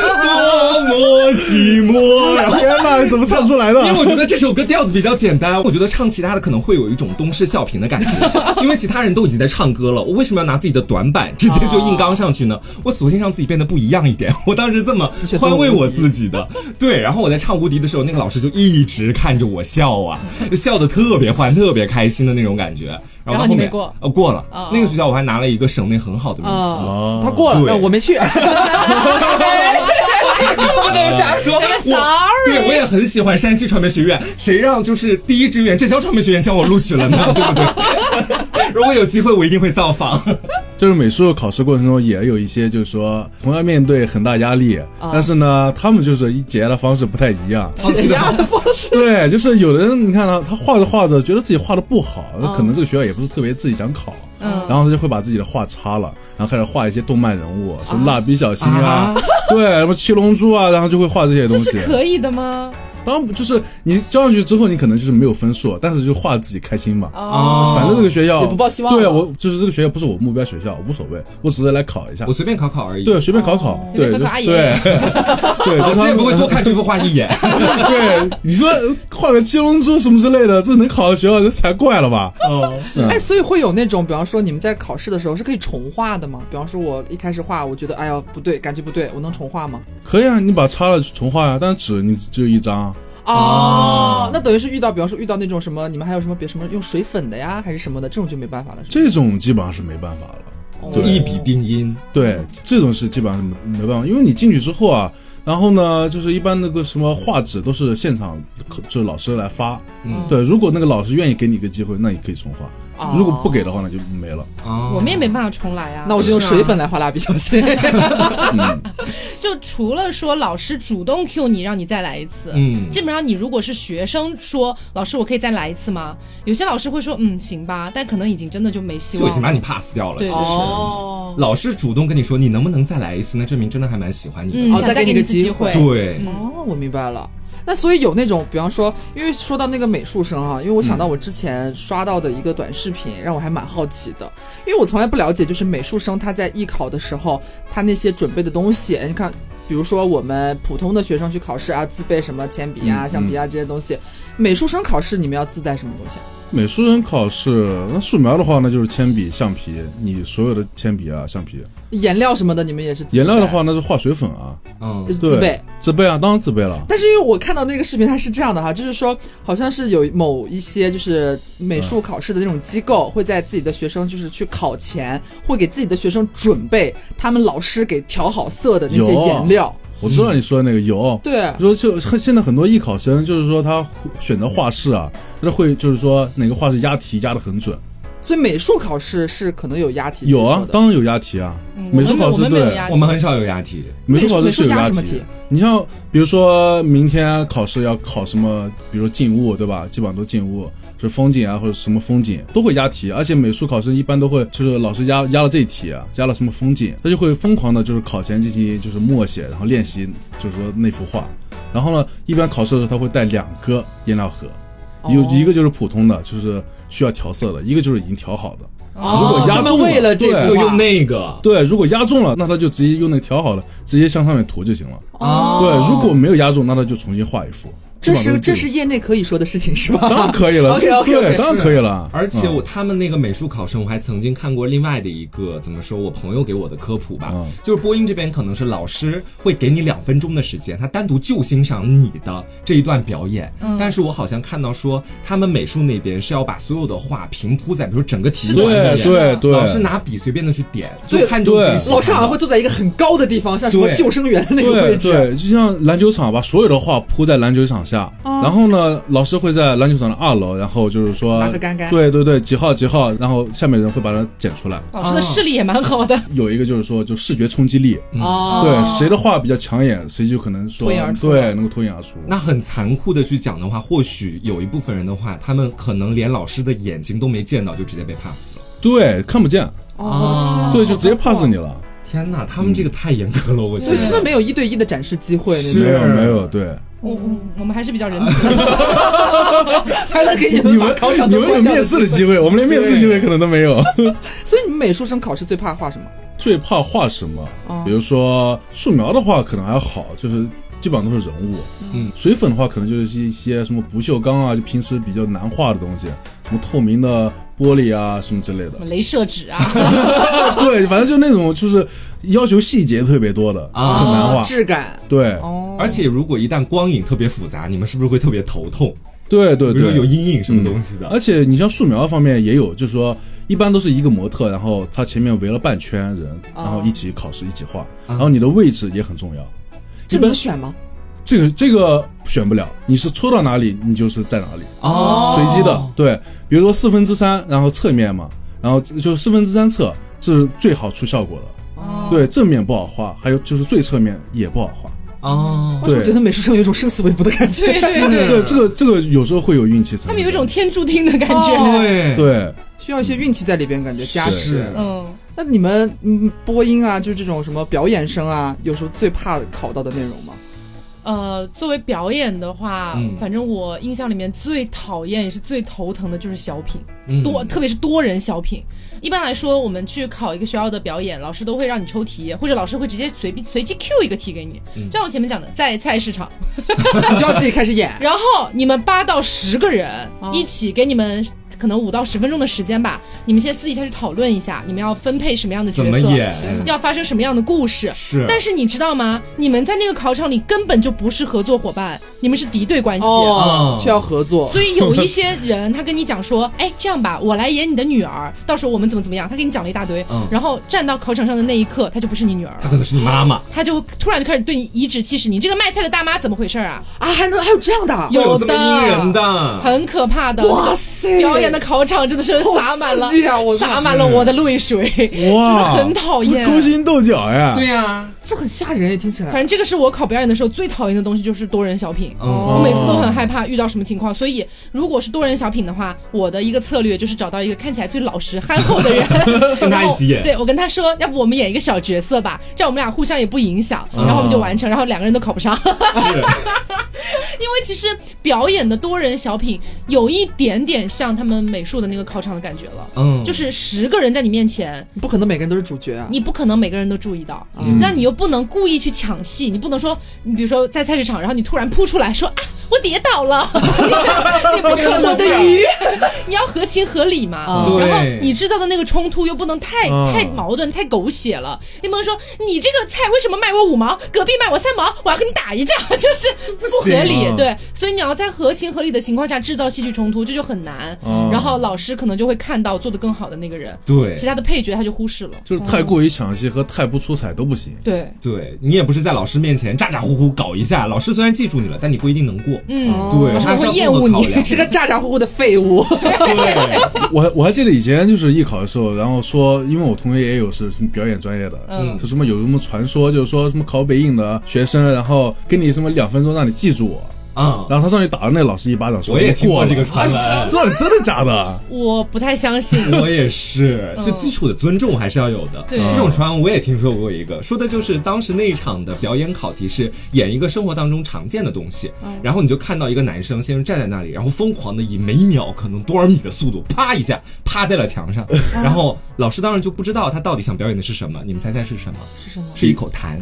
寂寞。然后天哪，你怎么唱出来的？ 因为我觉得这首歌调子比较简单，我觉得唱其他的可能会有一种东施效颦的感觉，因为其他人都已经在唱歌了，我为什么要拿自己的短板直接就硬刚上去呢？我索性让自己变得不一样一点，我当时这么宽慰我自己的。对，然后我在唱无敌的时候，那个老师就一直看着我笑啊，就笑得特别欢特别开心的那种感觉。然后到后面过了，那个学校我还拿了一个省内很好的名次。 他过了，我没去。 不能瞎说。对，我也很喜欢山西传媒学院，谁让就是第一志愿浙江传媒学院将我录取了呢？对不对？如果有机会，我一定会造访。 就是美术考试过程中也有一些，就是说同样面对很大压力，但是呢，他们就是解压的方式不太一样。 解压的方式， 对，就是有的人你看他画着画着，觉得自己画的不好，那可能这个学校也不是特别自己想考，然后他就会把自己的画擦了，然后开始画一些动漫人物，什么蜡笔小新啊，对，什么七龙珠啊，然后就会画这些东西。 这是可以的吗？ 当然就是你交上去之后，你可能就是没有分数，但是就画自己开心嘛。反正这个学校也不抱希望。 对啊，我就是这个学校不是我目标学校，无所谓，我只是来考一下， 我随便考考而已。 对，随便考考。对对对， 老师也不会多看这幅画一眼。 对，你说画个七龙珠什么之类的，这能考到学校，这才怪了吧？ 是。哎，所以会有那种，比方说你们在考试的时候是可以重画的吗？比方说我一开始画，我觉得哎呀不对，感觉不对，我能重画吗？ 可以啊，你把擦了重画啊，但是纸你只有一张。 那等于是比方说遇到那种什么，你们还有什么用水粉的呀，还是什么的，这种就没办法了。 这种基本上是没办法了， 就一笔定音。 对，这种是基本上是没办法，因为你进去之后啊，然后呢，就是一般那个什么画纸都是现场就是老师来发。对，如果那个老师愿意给你一个机会，那你可以重画。如果不给的话，那就没了。 我们也没办法重来啊。 那我就用水粉来画蜡笔小新。 就除了说老师主动 Q 你让你再来一次，基本上你如果是学生说老师我可以再来一次吗？有些老师会说行吧，但可能已经真的就没希望了， 就已经把你 pass 掉了。 对， 老师主动跟你说你能不能再来一次，那证明真的还蛮喜欢你的， 想再给你个机会。 对， 我明白了。那所以有那种，比方说，因为说到那个美术生哈，因为我想到我之前刷到的一个短视频，让我还蛮好奇的，因为我从来不了解，就是美术生他在艺考的时候，他那些准备的东西，你看，比如说我们普通的学生去考试啊，自备什么铅笔啊、橡皮啊这些东西，美术生考试你们要自带什么东西啊？ 美术生考试，那素描的话那就是铅笔、橡皮，你所有的铅笔啊、橡皮， 颜料什么的你们也是自备？ 颜料的话那是画水粉啊， 是自备。 自备啊，当然自备了。 但是因为我看到那个视频，它是这样的哈，就是说好像是有某一些就是美术考试的那种机构，会在自己的学生就是去考前，会给自己的学生准备他们老师给调好色的那些颜料。 我知道你说的那个有， 对， 说就现在很多艺考生就是说他选择画室啊，他会就是说哪个画室押题押得很准。 所以美术考试是可能有押题？ 有啊，当然有押题啊。美术考试对， 我们很少有押题。 美术考试是有押题。 你像比如说明天考试要考什么，比如说静物对吧？基本上都静物，是风景啊或者什么风景都会押题，而且美术考试一般都会就是老师压了这一题啊，压了什么风景，他就会疯狂的就是考前进行就是默写，然后练习就是说那幅画。然后呢，一般考试的时候他会带2个颜料盒。一个就是普通的，就是需要调色的，一个就是已经调好的。如果压中了， 为了这个就用那个。 对，如果压中了，那他就直接用那个调好的，直接向上面涂就行了。对，如果没有压中，那他就重新画一幅。 这是业内可以说的事情是吧？ 当然可以了， okay, 对，当然可以了。 而且他们那个美术考生，我还曾经看过另外的一个怎么说，我朋友给我的科普吧，就是播音这边可能是老师会给你2分钟的时间，他单独就欣赏你的这一段表演。但是我好像看到说，他们美术那边是要把所有的画平铺在，比如整个题目上面， 对， 老师拿笔随便的去点，就看中自己。 老师好像会坐在一个很高的地方，像什么救生员的那个位置， 对，就像篮球场把所有的画铺在篮球场下，然后呢，老师会在篮球场的2楼，然后就是说拿个杆杆， 对，几号，然后下面人会把它剪出来。 老师的视力也蛮好的。 有一个就是说，就视觉冲击力，对，谁的画比较抢眼，谁就可能说对能够脱颖而出。 那很残酷的去讲的话，或许有一部分人的话，他们可能连老师的眼睛都没见到，就直接被 pass 了。 对，看不见。对，就直接 pass 你了。 天哪，他们这个太严格了，我觉得。 他们没有1对1的展示机会， 没有，对。 我们还是比较仁慈的， 还能给你们把考场你们有面试的机会，我们连面试机会可能都没有。 所以你们美术生考试最怕画什么？ 最怕画什么？比如说素描的话可能还好，就是基本上都是人物。水粉的话可能就是一些什么不锈钢啊，就平时比较难画的东西，什么透明的玻璃啊什么之类的， 雷射纸啊。 对，反正就那种就是要求细节特别多的，很难画， 质感。 对， 而且如果一旦光影特别复杂，你们是不是会特别头痛？ 对， 比如说有阴影什么东西的。 而且你像素描方面也有，就是说一般都是一个模特，然后他前面围了半圈人，然后一起考试一起画，然后你的位置也很重要。 这能选吗？ 这个选不了，你是戳到哪里你就是在哪里，随机的。对，比如说3/4，然后侧面嘛，然后就3/4侧是最好出效果的。对，正面不好画，还有就是最侧面也不好画。 对，我觉得美术生有一种生死未卜的感觉。 对，这个有时候会有运气成分， 他们有一种天注定的感觉。 对， 需要一些运气在里边，感觉加持。那你们播音啊，就是这种什么表演生啊，有时候最怕考到的内容吗？ 作为表演的话，反正我印象里面最讨厌也是最头疼的就是小品，特别是多人小品。一般来说，我们去考一个学校的表演，老师都会让你抽题，或者老师会直接随机 Q 一个题给你。就像我前面讲的，在菜市场， 你就要自己开始演， 然后你们8到10个人一起给你们。可能5到10分钟的时间吧，你们先私底下去讨论一下，你们要分配什么样的角色， 怎么演， 要发生什么样的故事。 是， 但是你知道吗？你们在那个考场里根本就不是合作伙伴，你们是敌对关系， 却要合作。 所以有一些人他跟你讲说，哎，这样吧，我来演你的女儿，到时候我们怎么样，他跟你讲了一大堆，然后站到考场上的那一刻，他就不是你女儿了， 他可能是你妈妈， 他就突然就开始对你颐指气使，你这个卖菜的大妈怎么回事啊？ 还有这样的， 有的，阴人的， 很可怕的。 哇塞， 表演的考场真的是洒满了，洒满了我的泪水， 哇， 真的很讨厌， 勾心斗角呀。 对呀， 这很吓人也听起来。 反正这个是我考表演的时候最讨厌的东西，就是多人小品。我每次都很害怕遇到什么情况，所以如果是多人小品的话，我的一个策略就是找到一个看起来最老实憨厚的人跟他一起演。 对，我跟他说，要不我们演一个小角色吧，这样我们俩互相也不影响，然后我们就完成，然后2个人都考不上。因为其实表演的多人小品有一点点像他们美术的那个考场的感觉了，就是10个人在你面前， 不可能每个人都是主角啊， 你不可能每个人都注意到，那你又不能故意去抢戏，你不能说，你比如说在菜市场，然后你突然扑出来说啊，我跌倒了，你不可能，我的鱼，你要合情合理嘛，然后你制造的那个冲突又不能太矛盾、太狗血了，你不能说你这个菜为什么卖我5毛，隔壁卖我3毛，我要跟你打一架，就是不合理。对，所以你要在合情合理的情况下制造戏剧冲突，这就很难。然后老师可能就会看到做得更好的那个人， 对， 其他的配角他就忽视了， 就是太过于抢戏和太不出彩都不行。 对， 你也不是在老师面前咋咋呼呼搞一下，老师虽然记住你了，但你不一定能过。对， 老师会厌恶你， 是个咋咋呼呼的废物。 对， 我还记得以前就是艺考的时候，然后说，因为我同学也有是什么表演专业的，是什么有什么传说，就是说什么考北影的学生，然后给你什么2分钟让你记住我。然后他上去打了那老师一巴掌，说我也听过这个传闻， 真的假的？ 我不太相信。 我也是，就基础的尊重还是要有的。 对， 这种传闻我也听说过一个，说的就是当时那一场的表演考题是演一个生活当中常见的东西，然后你就看到一个男生先站在那里，然后疯狂的以每秒可能多少米的速度，啪一下趴在了墙上，然后老师当然就不知道他到底想表演的是什么，你们猜猜是什么？ 是什么？ 是一口痰。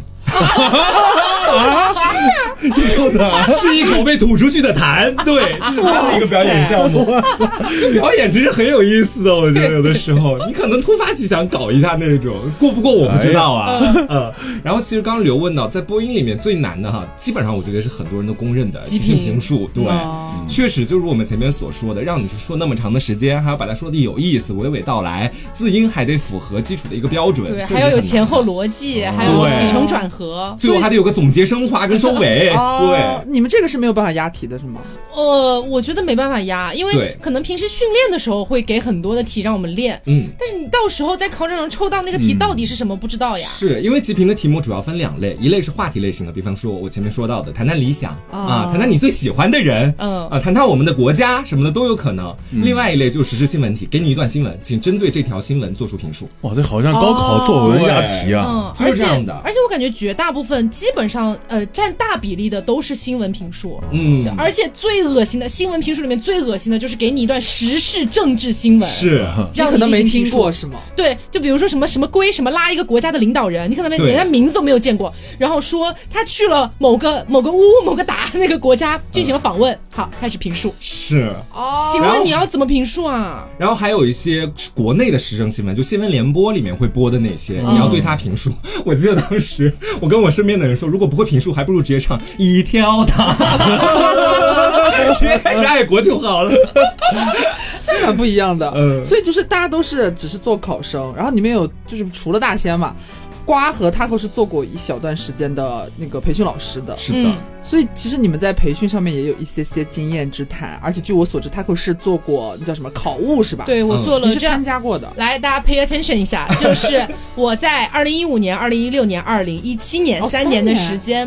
一口痰是一口被吐出去的痰，对，这是他的一个表演项目。表演其实很有意思的，我觉得有的时候你可能突发奇想搞一下那种，过不过我不知道啊。然后其实刚刚刘问到，在播音里面最难的哈，基本上我觉得是很多人都公认的即兴评述，对，确实就如我们前面所说的，让你去说那么长的时间，还要把它说的有意思，娓娓道来，字音还得符合基础的一个标准， 对，还要有前后逻辑，还有起承转合， 最后还得有个总结升华跟收尾。对， 你们这个是没有办法押题的是吗？ 我觉得没办法押，因为可能平时训练的时候会给很多的题让我们练，但是你到时候在考场上抽到那个题到底是什么不知道呀。 是因为极评的题目主要分2类，一类是话题类型的，比方说我前面说到的谈谈理想谈谈你最喜欢的人，谈谈我们的国家什么的都有可能。另外一类就是时事新闻题，给你一段新闻，请针对这条新闻做出评述。 哇，这好像高考作文押题啊， 就是这样的。 而且我感觉绝大部分基本上占大比例的都是新闻评述，而且最恶心的新闻评述里面最恶心的就是给你一段时事政治新闻， 是让你可能没听过是吗？ 对，就比如说什么归什么拉一个国家的领导人，你可能连他名字都没有见过，然后说他去了某个乌某个达那个国家进行了访问，好，开始评述。 是请问你要怎么评述啊？ 然后还有一些国内的时政新闻，就新闻联播里面会播的那些，你要对他评述。我记得当时我跟我身边的人说，如果不会评述，还不如直接唱一条大直接开始爱国就好了。 这蛮不一样的，所以就是大家都是只是做考生，然后里面有就是除了大仙嘛，瓜和 Taco 是做过一小段时间的那个培训老师的， 是的， 所以其实你们在培训上面也有一些经验之谈，而且据我所知 Taco 是做过那叫什么考务是吧？ 对，我做了， 你是参加过的。 来，大家 pay attention 一下，就是我在2015年、2016年、2017年3年的时间。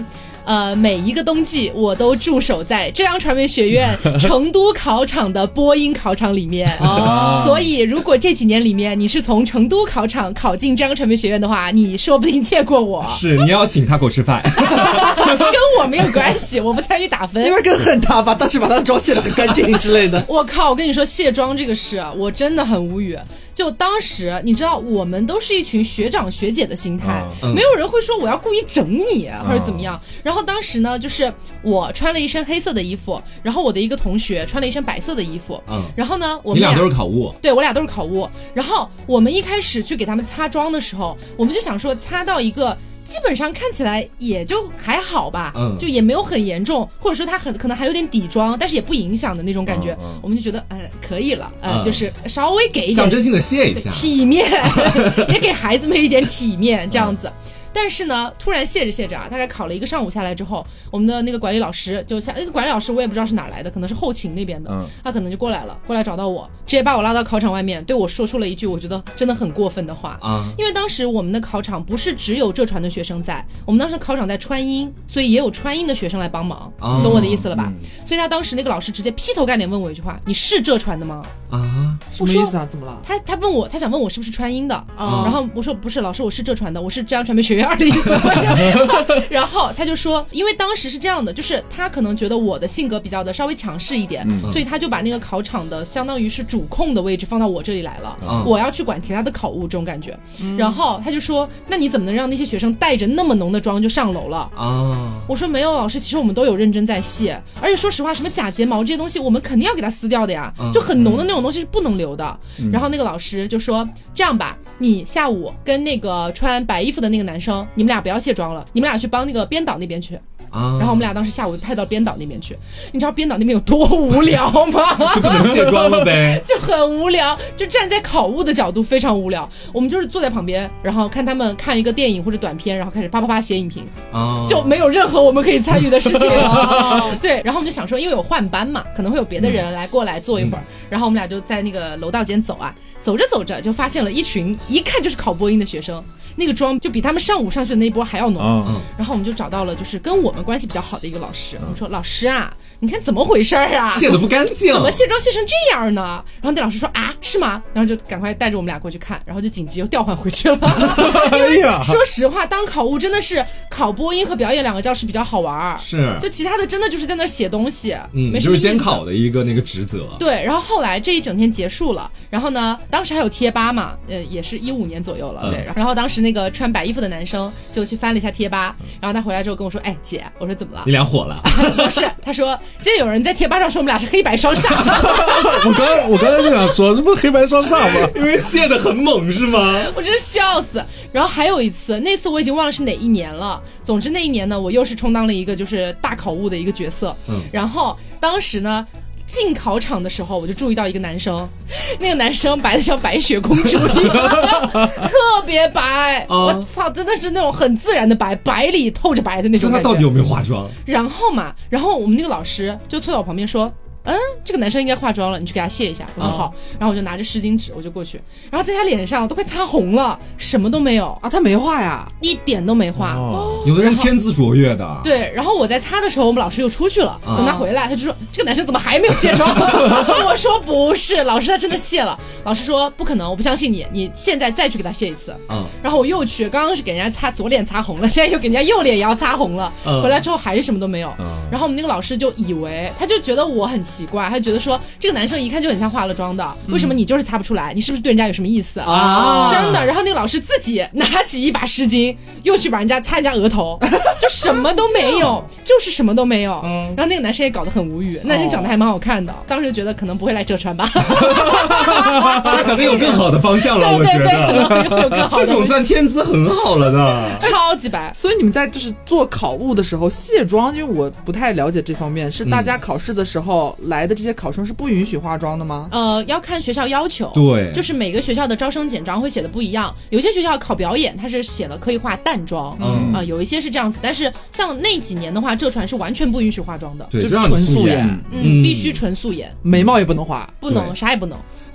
每一个冬季我都驻守在浙江传媒学院成都考场的播音考场里面所以如果这几年里面你是从成都考场考进浙江传媒学院的话，你说不定见过我。 是，你要请他给我吃饭跟我没有关系，我不参与打分。 因为更恨他吧，当时把他的妆卸得很干净之类的。 我靠，我跟你说卸妆这个事我真的很无语。就当时你知道我们都是一群学长学姐的心态，没有人会说我要故意整你或者怎么样。然后当时呢，就是我穿了一身黑色的衣服，然后我的一个同学穿了一身白色的衣服，然后呢我们你俩都是考务， 对，我俩都是考务。然后我们一开始去给他们擦妆的时候，我们就想说擦到一个基本上看起来也就还好吧，就也没有很严重，或者说它可能还有点底妆，但是也不影响的那种感觉，我们就觉得可以了，就是稍微给一点象征性的卸一下体面也给孩子们一点体面这样子。但是呢，突然卸着卸着大概考了一个上午下来之后，我们的那个管理老师那个管理老师我也不知道是哪来的，可能是后勤那边的，他可能就过来找到我，直接把我拉到考场外面，对我说出了一句我觉得真的很过分的话因为当时我们的考场不是只有浙传的学生在，我们当时考场在川音，所以也有川音的学生来帮忙，你懂我的意思了吧？所以他当时那个老师直接劈头盖脸问我一句话：你是浙传的吗？ 什么意思啊？怎么了？ 他问我，他想问我是不是川音的然后我说不是，老师我是浙传的，我是浙江传媒学院2的意思然后他就说，因为当时是这样的，就是他可能觉得我的性格比较的稍微强势一点，所以他就把那个考场的相当于是主控的位置放到我这里来了，我要去管其他的考务这种感觉然后他就说，那你怎么能让那些学生带着那么浓的妆就上楼了我说没有老师，其实我们都有认真在卸，而且说实话什么假睫毛这些东西我们肯定要给它撕掉的呀就很浓的那种东西是不能留的然后那个老师就说，这样吧，你下午跟那个穿白衣服的那个男生，你们俩不要卸妆了，你们俩去帮那个编导那边去然后我们俩当时下午派到编导那边去，你知道编导那边有多无聊吗？ 就不能卸妆了呗就很无聊，就站在考务的角度非常无聊，我们就是坐在旁边，然后看他们看一个电影或者短片，然后开始啪啪啪写影评就没有任何我们可以参与的事情对，然后我们就想说，因为有换班嘛，可能会有别的人过来坐一会儿然后我们俩就在那个楼道间走走着走着就发现了一群一看就是考播音的学生，那个妆就比他们上午上去的那一波还要浓然后我们就找到了就是跟我们关系比较好的一个老师我们说，老师啊，你看怎么回事啊， 卸得不干净， 怎么卸妆卸成这样呢？然后那老师说是吗？然后就赶快带着我们俩过去看，然后就紧急又调换回去了因为说实话当考务真的是考播音和表演2个教室比较好玩， 是就其他的真的就是在那写东西没什么就是监考的一个那个职责。 对，然后后来这一整天结束了，然后呢当时还有贴吧嘛也是15年左右了对，然后当时那个穿白衣服的男生就去翻了一下贴吧，然后他回来之后跟我说，姐，我说怎么了？ 你俩火了不是，他说今天有人在贴吧上说我们俩是黑白双煞我刚才就想说，这不是黑白双煞吗？ 因为卸得很猛是吗？ 我真是笑死。然后还有一次，那次我已经忘了是哪一年了，总之那一年呢我又是充当了一个就是大考务的一个角色然后当时呢进考场的时候我就注意到一个男生，那个男生白的像白雪公主一样特别白我操，真的是那种很自然的白，白里透着白的那种感觉。 他到底有没有化妆？ 然后我们那个老师就坐在我旁边说，这个男生应该化妆了，你去给他卸一下。我说好然后我就拿着湿巾纸我就过去，然后在他脸上都快擦红了，什么都没有他没画呀， 一点都没画有的人天资卓越的对，然后我在擦的时候我们老师又出去了等他回来他就说，这个男生怎么还没有卸妆我说不是老师，他真的卸了。老师说不可能，我不相信你，你现在再去给他卸一次然后我又去，刚刚是给人家擦左脸擦红了，现在又给人家右脸也要擦红了回来之后还是什么都没有然后我们那个老师就以为，他就觉得我很奇怪，他觉得说这个男生一看就很像化了妆的为什么你就是擦不出来，你是不是对人家有什么意思真的。然后那个老师自己拿起一把湿巾又去把人家擦人家额头就什么都没有就是什么都没有然后那个男生也搞得很无语，男生长得还蛮好看的当时就觉得可能不会来浙传吧他可能有更好的方向了我觉得可能有更好的这种算天资很好了的超级白。 所以你们在就是做考务的时候卸妆，因为我不太了解这方面，是大家考试的时候来的这些考生是不允许化妆的吗？ 要看学校要求， 对， 就是每个学校的招生简章会写的不一样，有些学校考表演它是写了可以化淡妆有一些是这样子，但是像那几年的话浙传是完全不允许化妆的， 对， 就是纯素颜必须纯素颜， 眉毛也不能画， 不能啥也不能。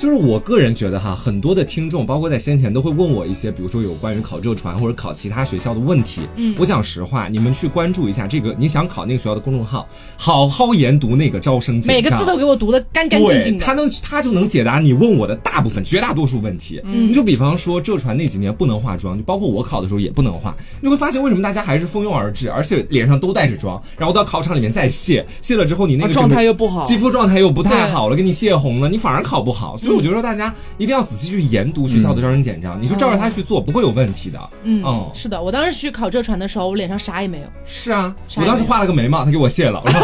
就是我个人觉得哈，很多的听众包括在先前都会问我一些，比如说有关于考浙传或者考其他学校的问题。我讲实话，你们去关注一下这个你想考那个学校的公众号，好好研读那个招生简章， 每个字都给我读得干干净净的。 他就能解答你问我的大部分绝大多数问题。你就比方说浙传那几年不能化妆，就包括我考的时候也不能化，你会发现为什么大家还是蜂拥而至，而且脸上都带着妆，然后到考场里面再卸了之后，你那个状态又不好， 肌肤状态又不太好了，给你泄红了，你反而考不好。所以我觉得说大家一定要仔细去研读学校的招生简章，你就照着它去做，不会有问题的。 是的，我当时去考浙传的时候，我脸上啥也没有。 是啊，我当时画了个眉毛，他给我卸了，我说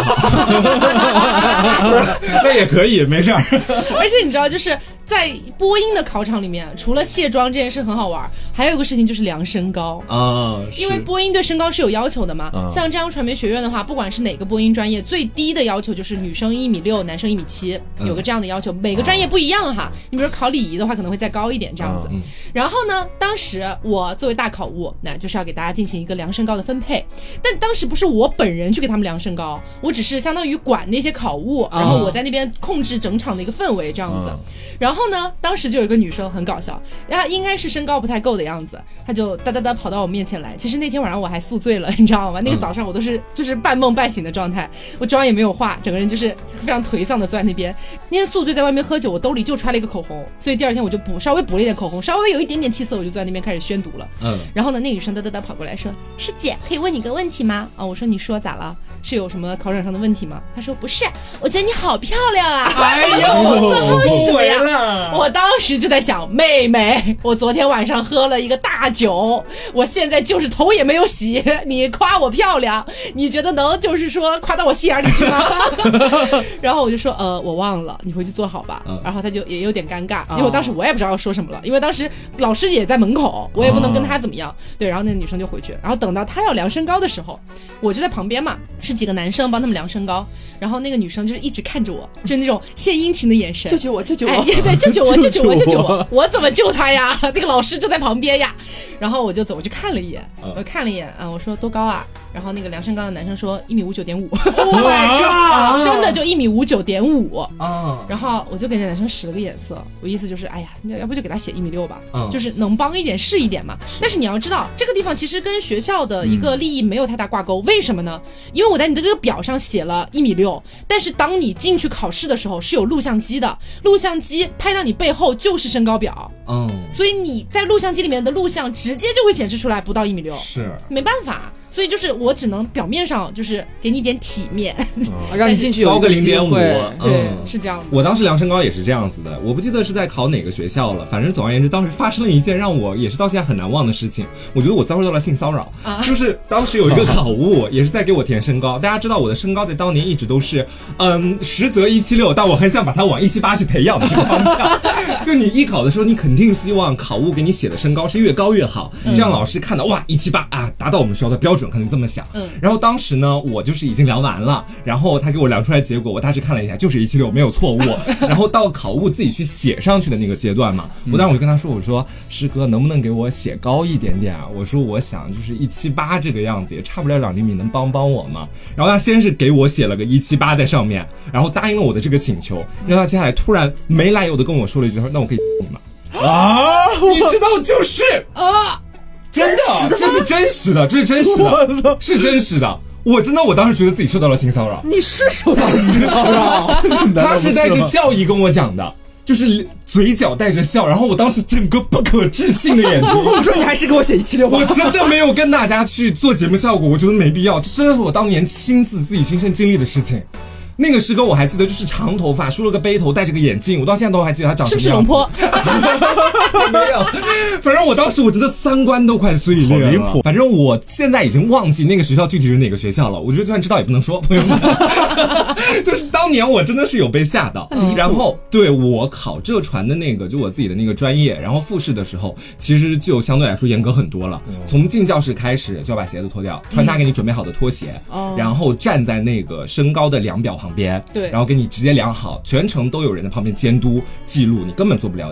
好，那也可以，没事儿。 而且你知道，就是在播音的考场里面，除了卸妆这件事很好玩，还有一个事情就是量身高啊，因为播音对身高是有要求的嘛。像这样传媒学院的话，不管是哪个播音专业，最低的要求就是女生1.6米，男生1.7米，有个这样的要求。每个专业不一样哈，你比如考礼仪的话，可能会再高一点这样子。然后呢，当时我作为大考务，那就是要给大家进行一个量身高的分配。但当时不是我本人去给他们量身高，我只是相当于管那些考务，然后我在那边控制整场的一个氛围这样子。然后呢，当时就有一个女生很搞笑，然后应该是身高不太够的样子，她就哒哒哒跑到我面前来。其实那天晚上我还宿醉了，你知道吗？那个早上我都是就是半梦半醒的状态，我妆也没有化，整个人就是非常颓丧的坐在那边。那天宿醉在外面喝酒，我兜里就揣了一个口红，所以第二天我就稍微补了一点口红，稍微有一点点气色，我就坐在那边开始宣读了。然后呢，那女生哒哒哒跑过来说：“师姐，可以问你个问题吗？”我说：“你说咋了？是有什么考场上的问题吗？”她说：“不是，我觉得你好漂亮啊。”哎呦，最后是什么呀？我当时就在想，妹妹，我昨天晚上喝了一个大酒，我现在就是头也没有洗，你夸我漂亮，你觉得能就是说夸到我心眼里去吗？然后我就说我忘了，你回去做好吧。然后他就也有点尴尬，因为我当时我也不知道要说什么了，因为当时老师也在门口，我也不能跟他怎么样。对，然后那女生就回去，然后等到他要量身高的时候，我就在旁边嘛，是几个男生帮他们量身高，然后那个女生就是一直看着我，就是那种献殷勤的眼神，救救我，救救我，对，救救我，救救我，救救我，我怎么救他呀？那个老师就在旁边呀。然后我就走过去看了一眼，我看了一眼我说多高啊？然后那个量身高的男生说1.59.5米。Oh my god！ 真的就1.59.5米。然后我就给那男生使了个眼色，我意思就是，哎呀，要不就给他写1.6米吧，就是能帮一点是一点嘛。但是你要知道，这个地方其实跟学校的一个利益没有太大挂钩。为什么呢？因为我在你的这个表上写了1.6米，但是当你进去考试的时候是有录像机的，录像机拍到你背后就是身高表。所以你在录像机里面的录像直接就会显示出来不到1.6米，是没办法。所以就是我只能表面上就是给你点体面， 让你进去有高个0.5， 对，是这样的。 我当时量身高也是这样子的，我不记得是在考哪个学校了，反正总而言之，当时发生了一件让我也是到现在很难忘的事情。我觉得我遭受到了性骚扰，就是当时有一个考务也是在给我填身高，大家知道我的身高在当年一直都是实则176，但我很想把它往178去培养的这个方向。就你艺考的时候，你肯定希望考务给你写的身高是越高越好，这样老师看到哇178啊，达到我们学校的标准，可能这么想。然后当时呢，我就是已经量完了，然后他给我量出来结果，我大致看了一下，就是176，没有错误。然后到考务自己去写上去的那个阶段嘛，我当时我就跟他说，我说师哥能不能给我写高一点点啊？我说我想就是178这个样子，也差不了2厘米，能帮我吗？然后他先是给我写了个178在上面，然后答应了我的这个请求，然后他接下来突然没来由的跟我说了一句，他说那我可以你吗？你知道就是真的，这是真实的，这是真实的，是真实的。我当时觉得自己受到了性骚扰。 你是受到了性骚扰？ 他是带着笑意跟我讲的，就是嘴角带着笑，然后我当时整个不可置信的眼睛。 我说你还是给我写176吧。 我真的没有跟大家去做节目效果，我觉得没必要，这真的是我当年自己亲身经历的事情。那个师哥我还记得，就是长头发，梳了个背头，戴着个眼镜，我到现在都还记得他长什么样子。是不是龙坡？没有，反正我当时我真的3观都快碎裂了。离谱。反正我现在已经忘记那个学校具体是哪个学校了，我觉得就算知道也不能说，朋友们。就是当年我真的是有被吓到。然后对我考浙传的那个，就我自己的那个专业，然后复试的时候，其实就相对来说严格很多了。从进教室开始就要把鞋子脱掉，穿他给你准备好的拖鞋，然后站在那个身高的量表旁边，对，然后给你直接量好，全程都有人在旁边监督记录，你根本做不了假的。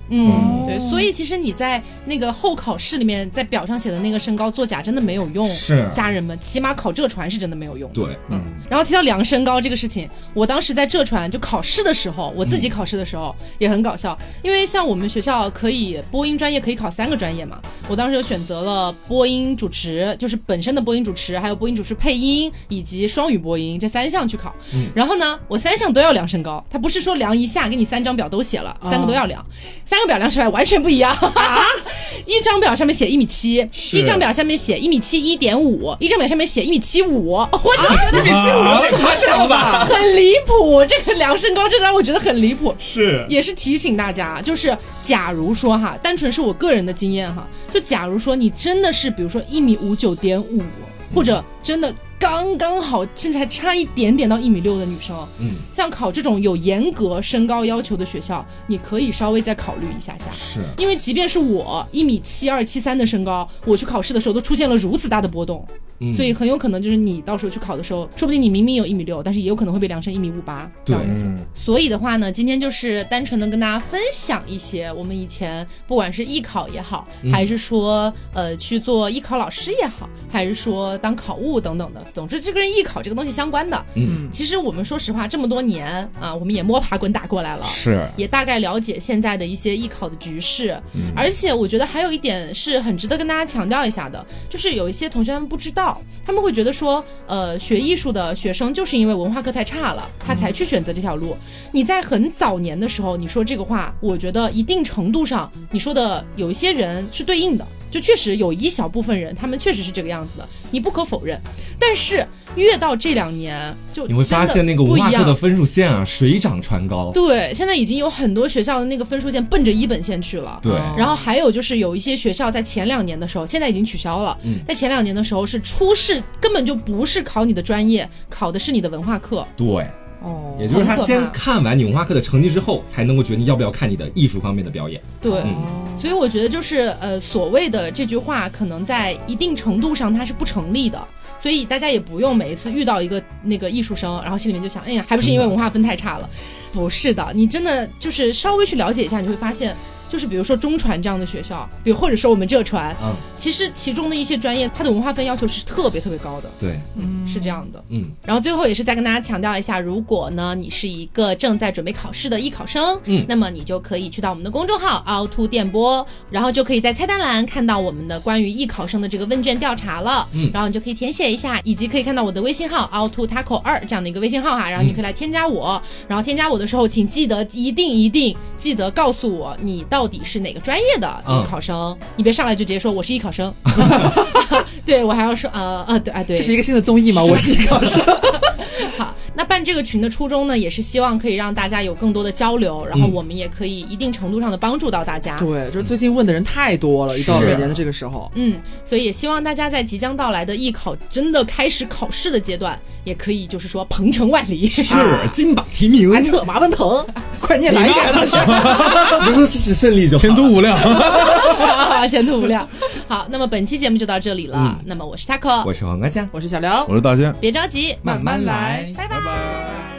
对，所以其实你在那个后考试里面，在表上写的那个身高作假真的没有用， 是家人们，起码考浙传是真的没有用。 对， 然后提到量身高这个事情，我当时在浙传就考试的时候，我自己考试的时候也很搞笑，因为像我们学校可以播音专业可以考3个专业嘛，我当时就选择了播音主持，就是本身的播音主持，还有播音主持配音以及双语播音这3项去考。然后呢，我3项都要量身高，他不是说量一下给你3张表都写了，3个都要量，3个表量出来完全不一样一张表上面写1.7米，一张表下面写1.7米1.5，一张表下面写1.75米，我就觉得1.75米怎么这样吧，很离谱，这个量身高真的让我觉得很离谱。 是， 也是提醒大家，就是假如说哈，单纯是我个人的经验哈，就假如说你真的是比如说1.59.5米，或者真的刚刚好，甚至还差一点点到1.6米的女生，像考这种有严格身高要求的学校，你可以稍微再考虑一下下。 是， 因为即便是我1.72米73的身高，我去考试的时候都出现了如此大的波动。所以很有可能就是你到时候去考的时候，说不定你明明有1.6米，但是也有可能会被量成1.58米这样子。所以的话呢，今天就是单纯的跟大家分享一些我们以前不管是艺考也好，还是说去做艺考老师也好，还是说当考务等等的，总之这跟艺考这个东西相关的。其实我们说实话这么多年啊，我们也摸爬滚打过来了， 是也大概了解现在的一些艺考的局势。而且我觉得还有一点是很值得跟大家强调一下的，就是有一些同学他们不知道，他们会觉得说学艺术的学生就是因为文化课太差了，他才去选择这条路。你在很早年的时候你说这个话，我觉得一定程度上你说的有一些人是对应的，就确实有一小部分人他们确实是这个样子的，你不可否认。但是越到这2年，就你会发现那个文化课的分数线啊水涨船高。 对，现在已经有很多学校的那个分数线奔着一本线去了。 对， 然后还有就是有一些学校在前2年的时候，现在已经取消了，在前2年的时候是初试根本就不是考你的专业，考的是你的文化课。 对。也就是他先看完你文化课的成绩之后，才能够决定要不要看你的艺术方面的表演。 对，所以我觉得就是所谓的这句话，可能在一定程度上它是不成立的。所以大家也不用每一次遇到一个那个艺术生，然后心里面就想，哎呀，还不是因为文化分太差了。不是的，你真的就是稍微去了解一下，你会发现。就是比如说中传这样的学校，比如或者说我们浙传，其实其中的一些专业它的文化分要求是特别特别高的。 对， 是这样的。然后最后也是再跟大家强调一下，如果呢你是一个正在准备考试的艺考生，那么你就可以去到我们的公众号凹凸电波，然后就可以在菜单栏看到我们的关于艺考生的这个问卷调查了。然后你就可以填写一下，以及可以看到我的微信号凹凸 taco 2这样的一个微信号哈，然后你可以来添加我。然后添加我的时候，请记得一定记得告诉我你到底是哪个专业的艺考生，你别上来就直接说我是艺考生。对，我还要说对， 这是一个新的综艺吗？我是艺考生。 好，那办这个群的初衷呢，也是希望可以让大家有更多的交流，然后我们也可以一定程度上的帮助到大家。 对，就是最近问的人太多了，一到每年的这个时候。 所以也希望大家在即将到来的艺考真的开始考试的阶段，也可以就是说鹏程万里， 是金榜题名， 策马奔腾，快念来一遍大学， 就是只顺利就好， 前途无量。 前途无量。好，那么本期节目就到这里了。那么我是 Taco， 我是黄瓜酱， 我是小刘， 我是大仙， 别着急， 慢慢来， 拜拜。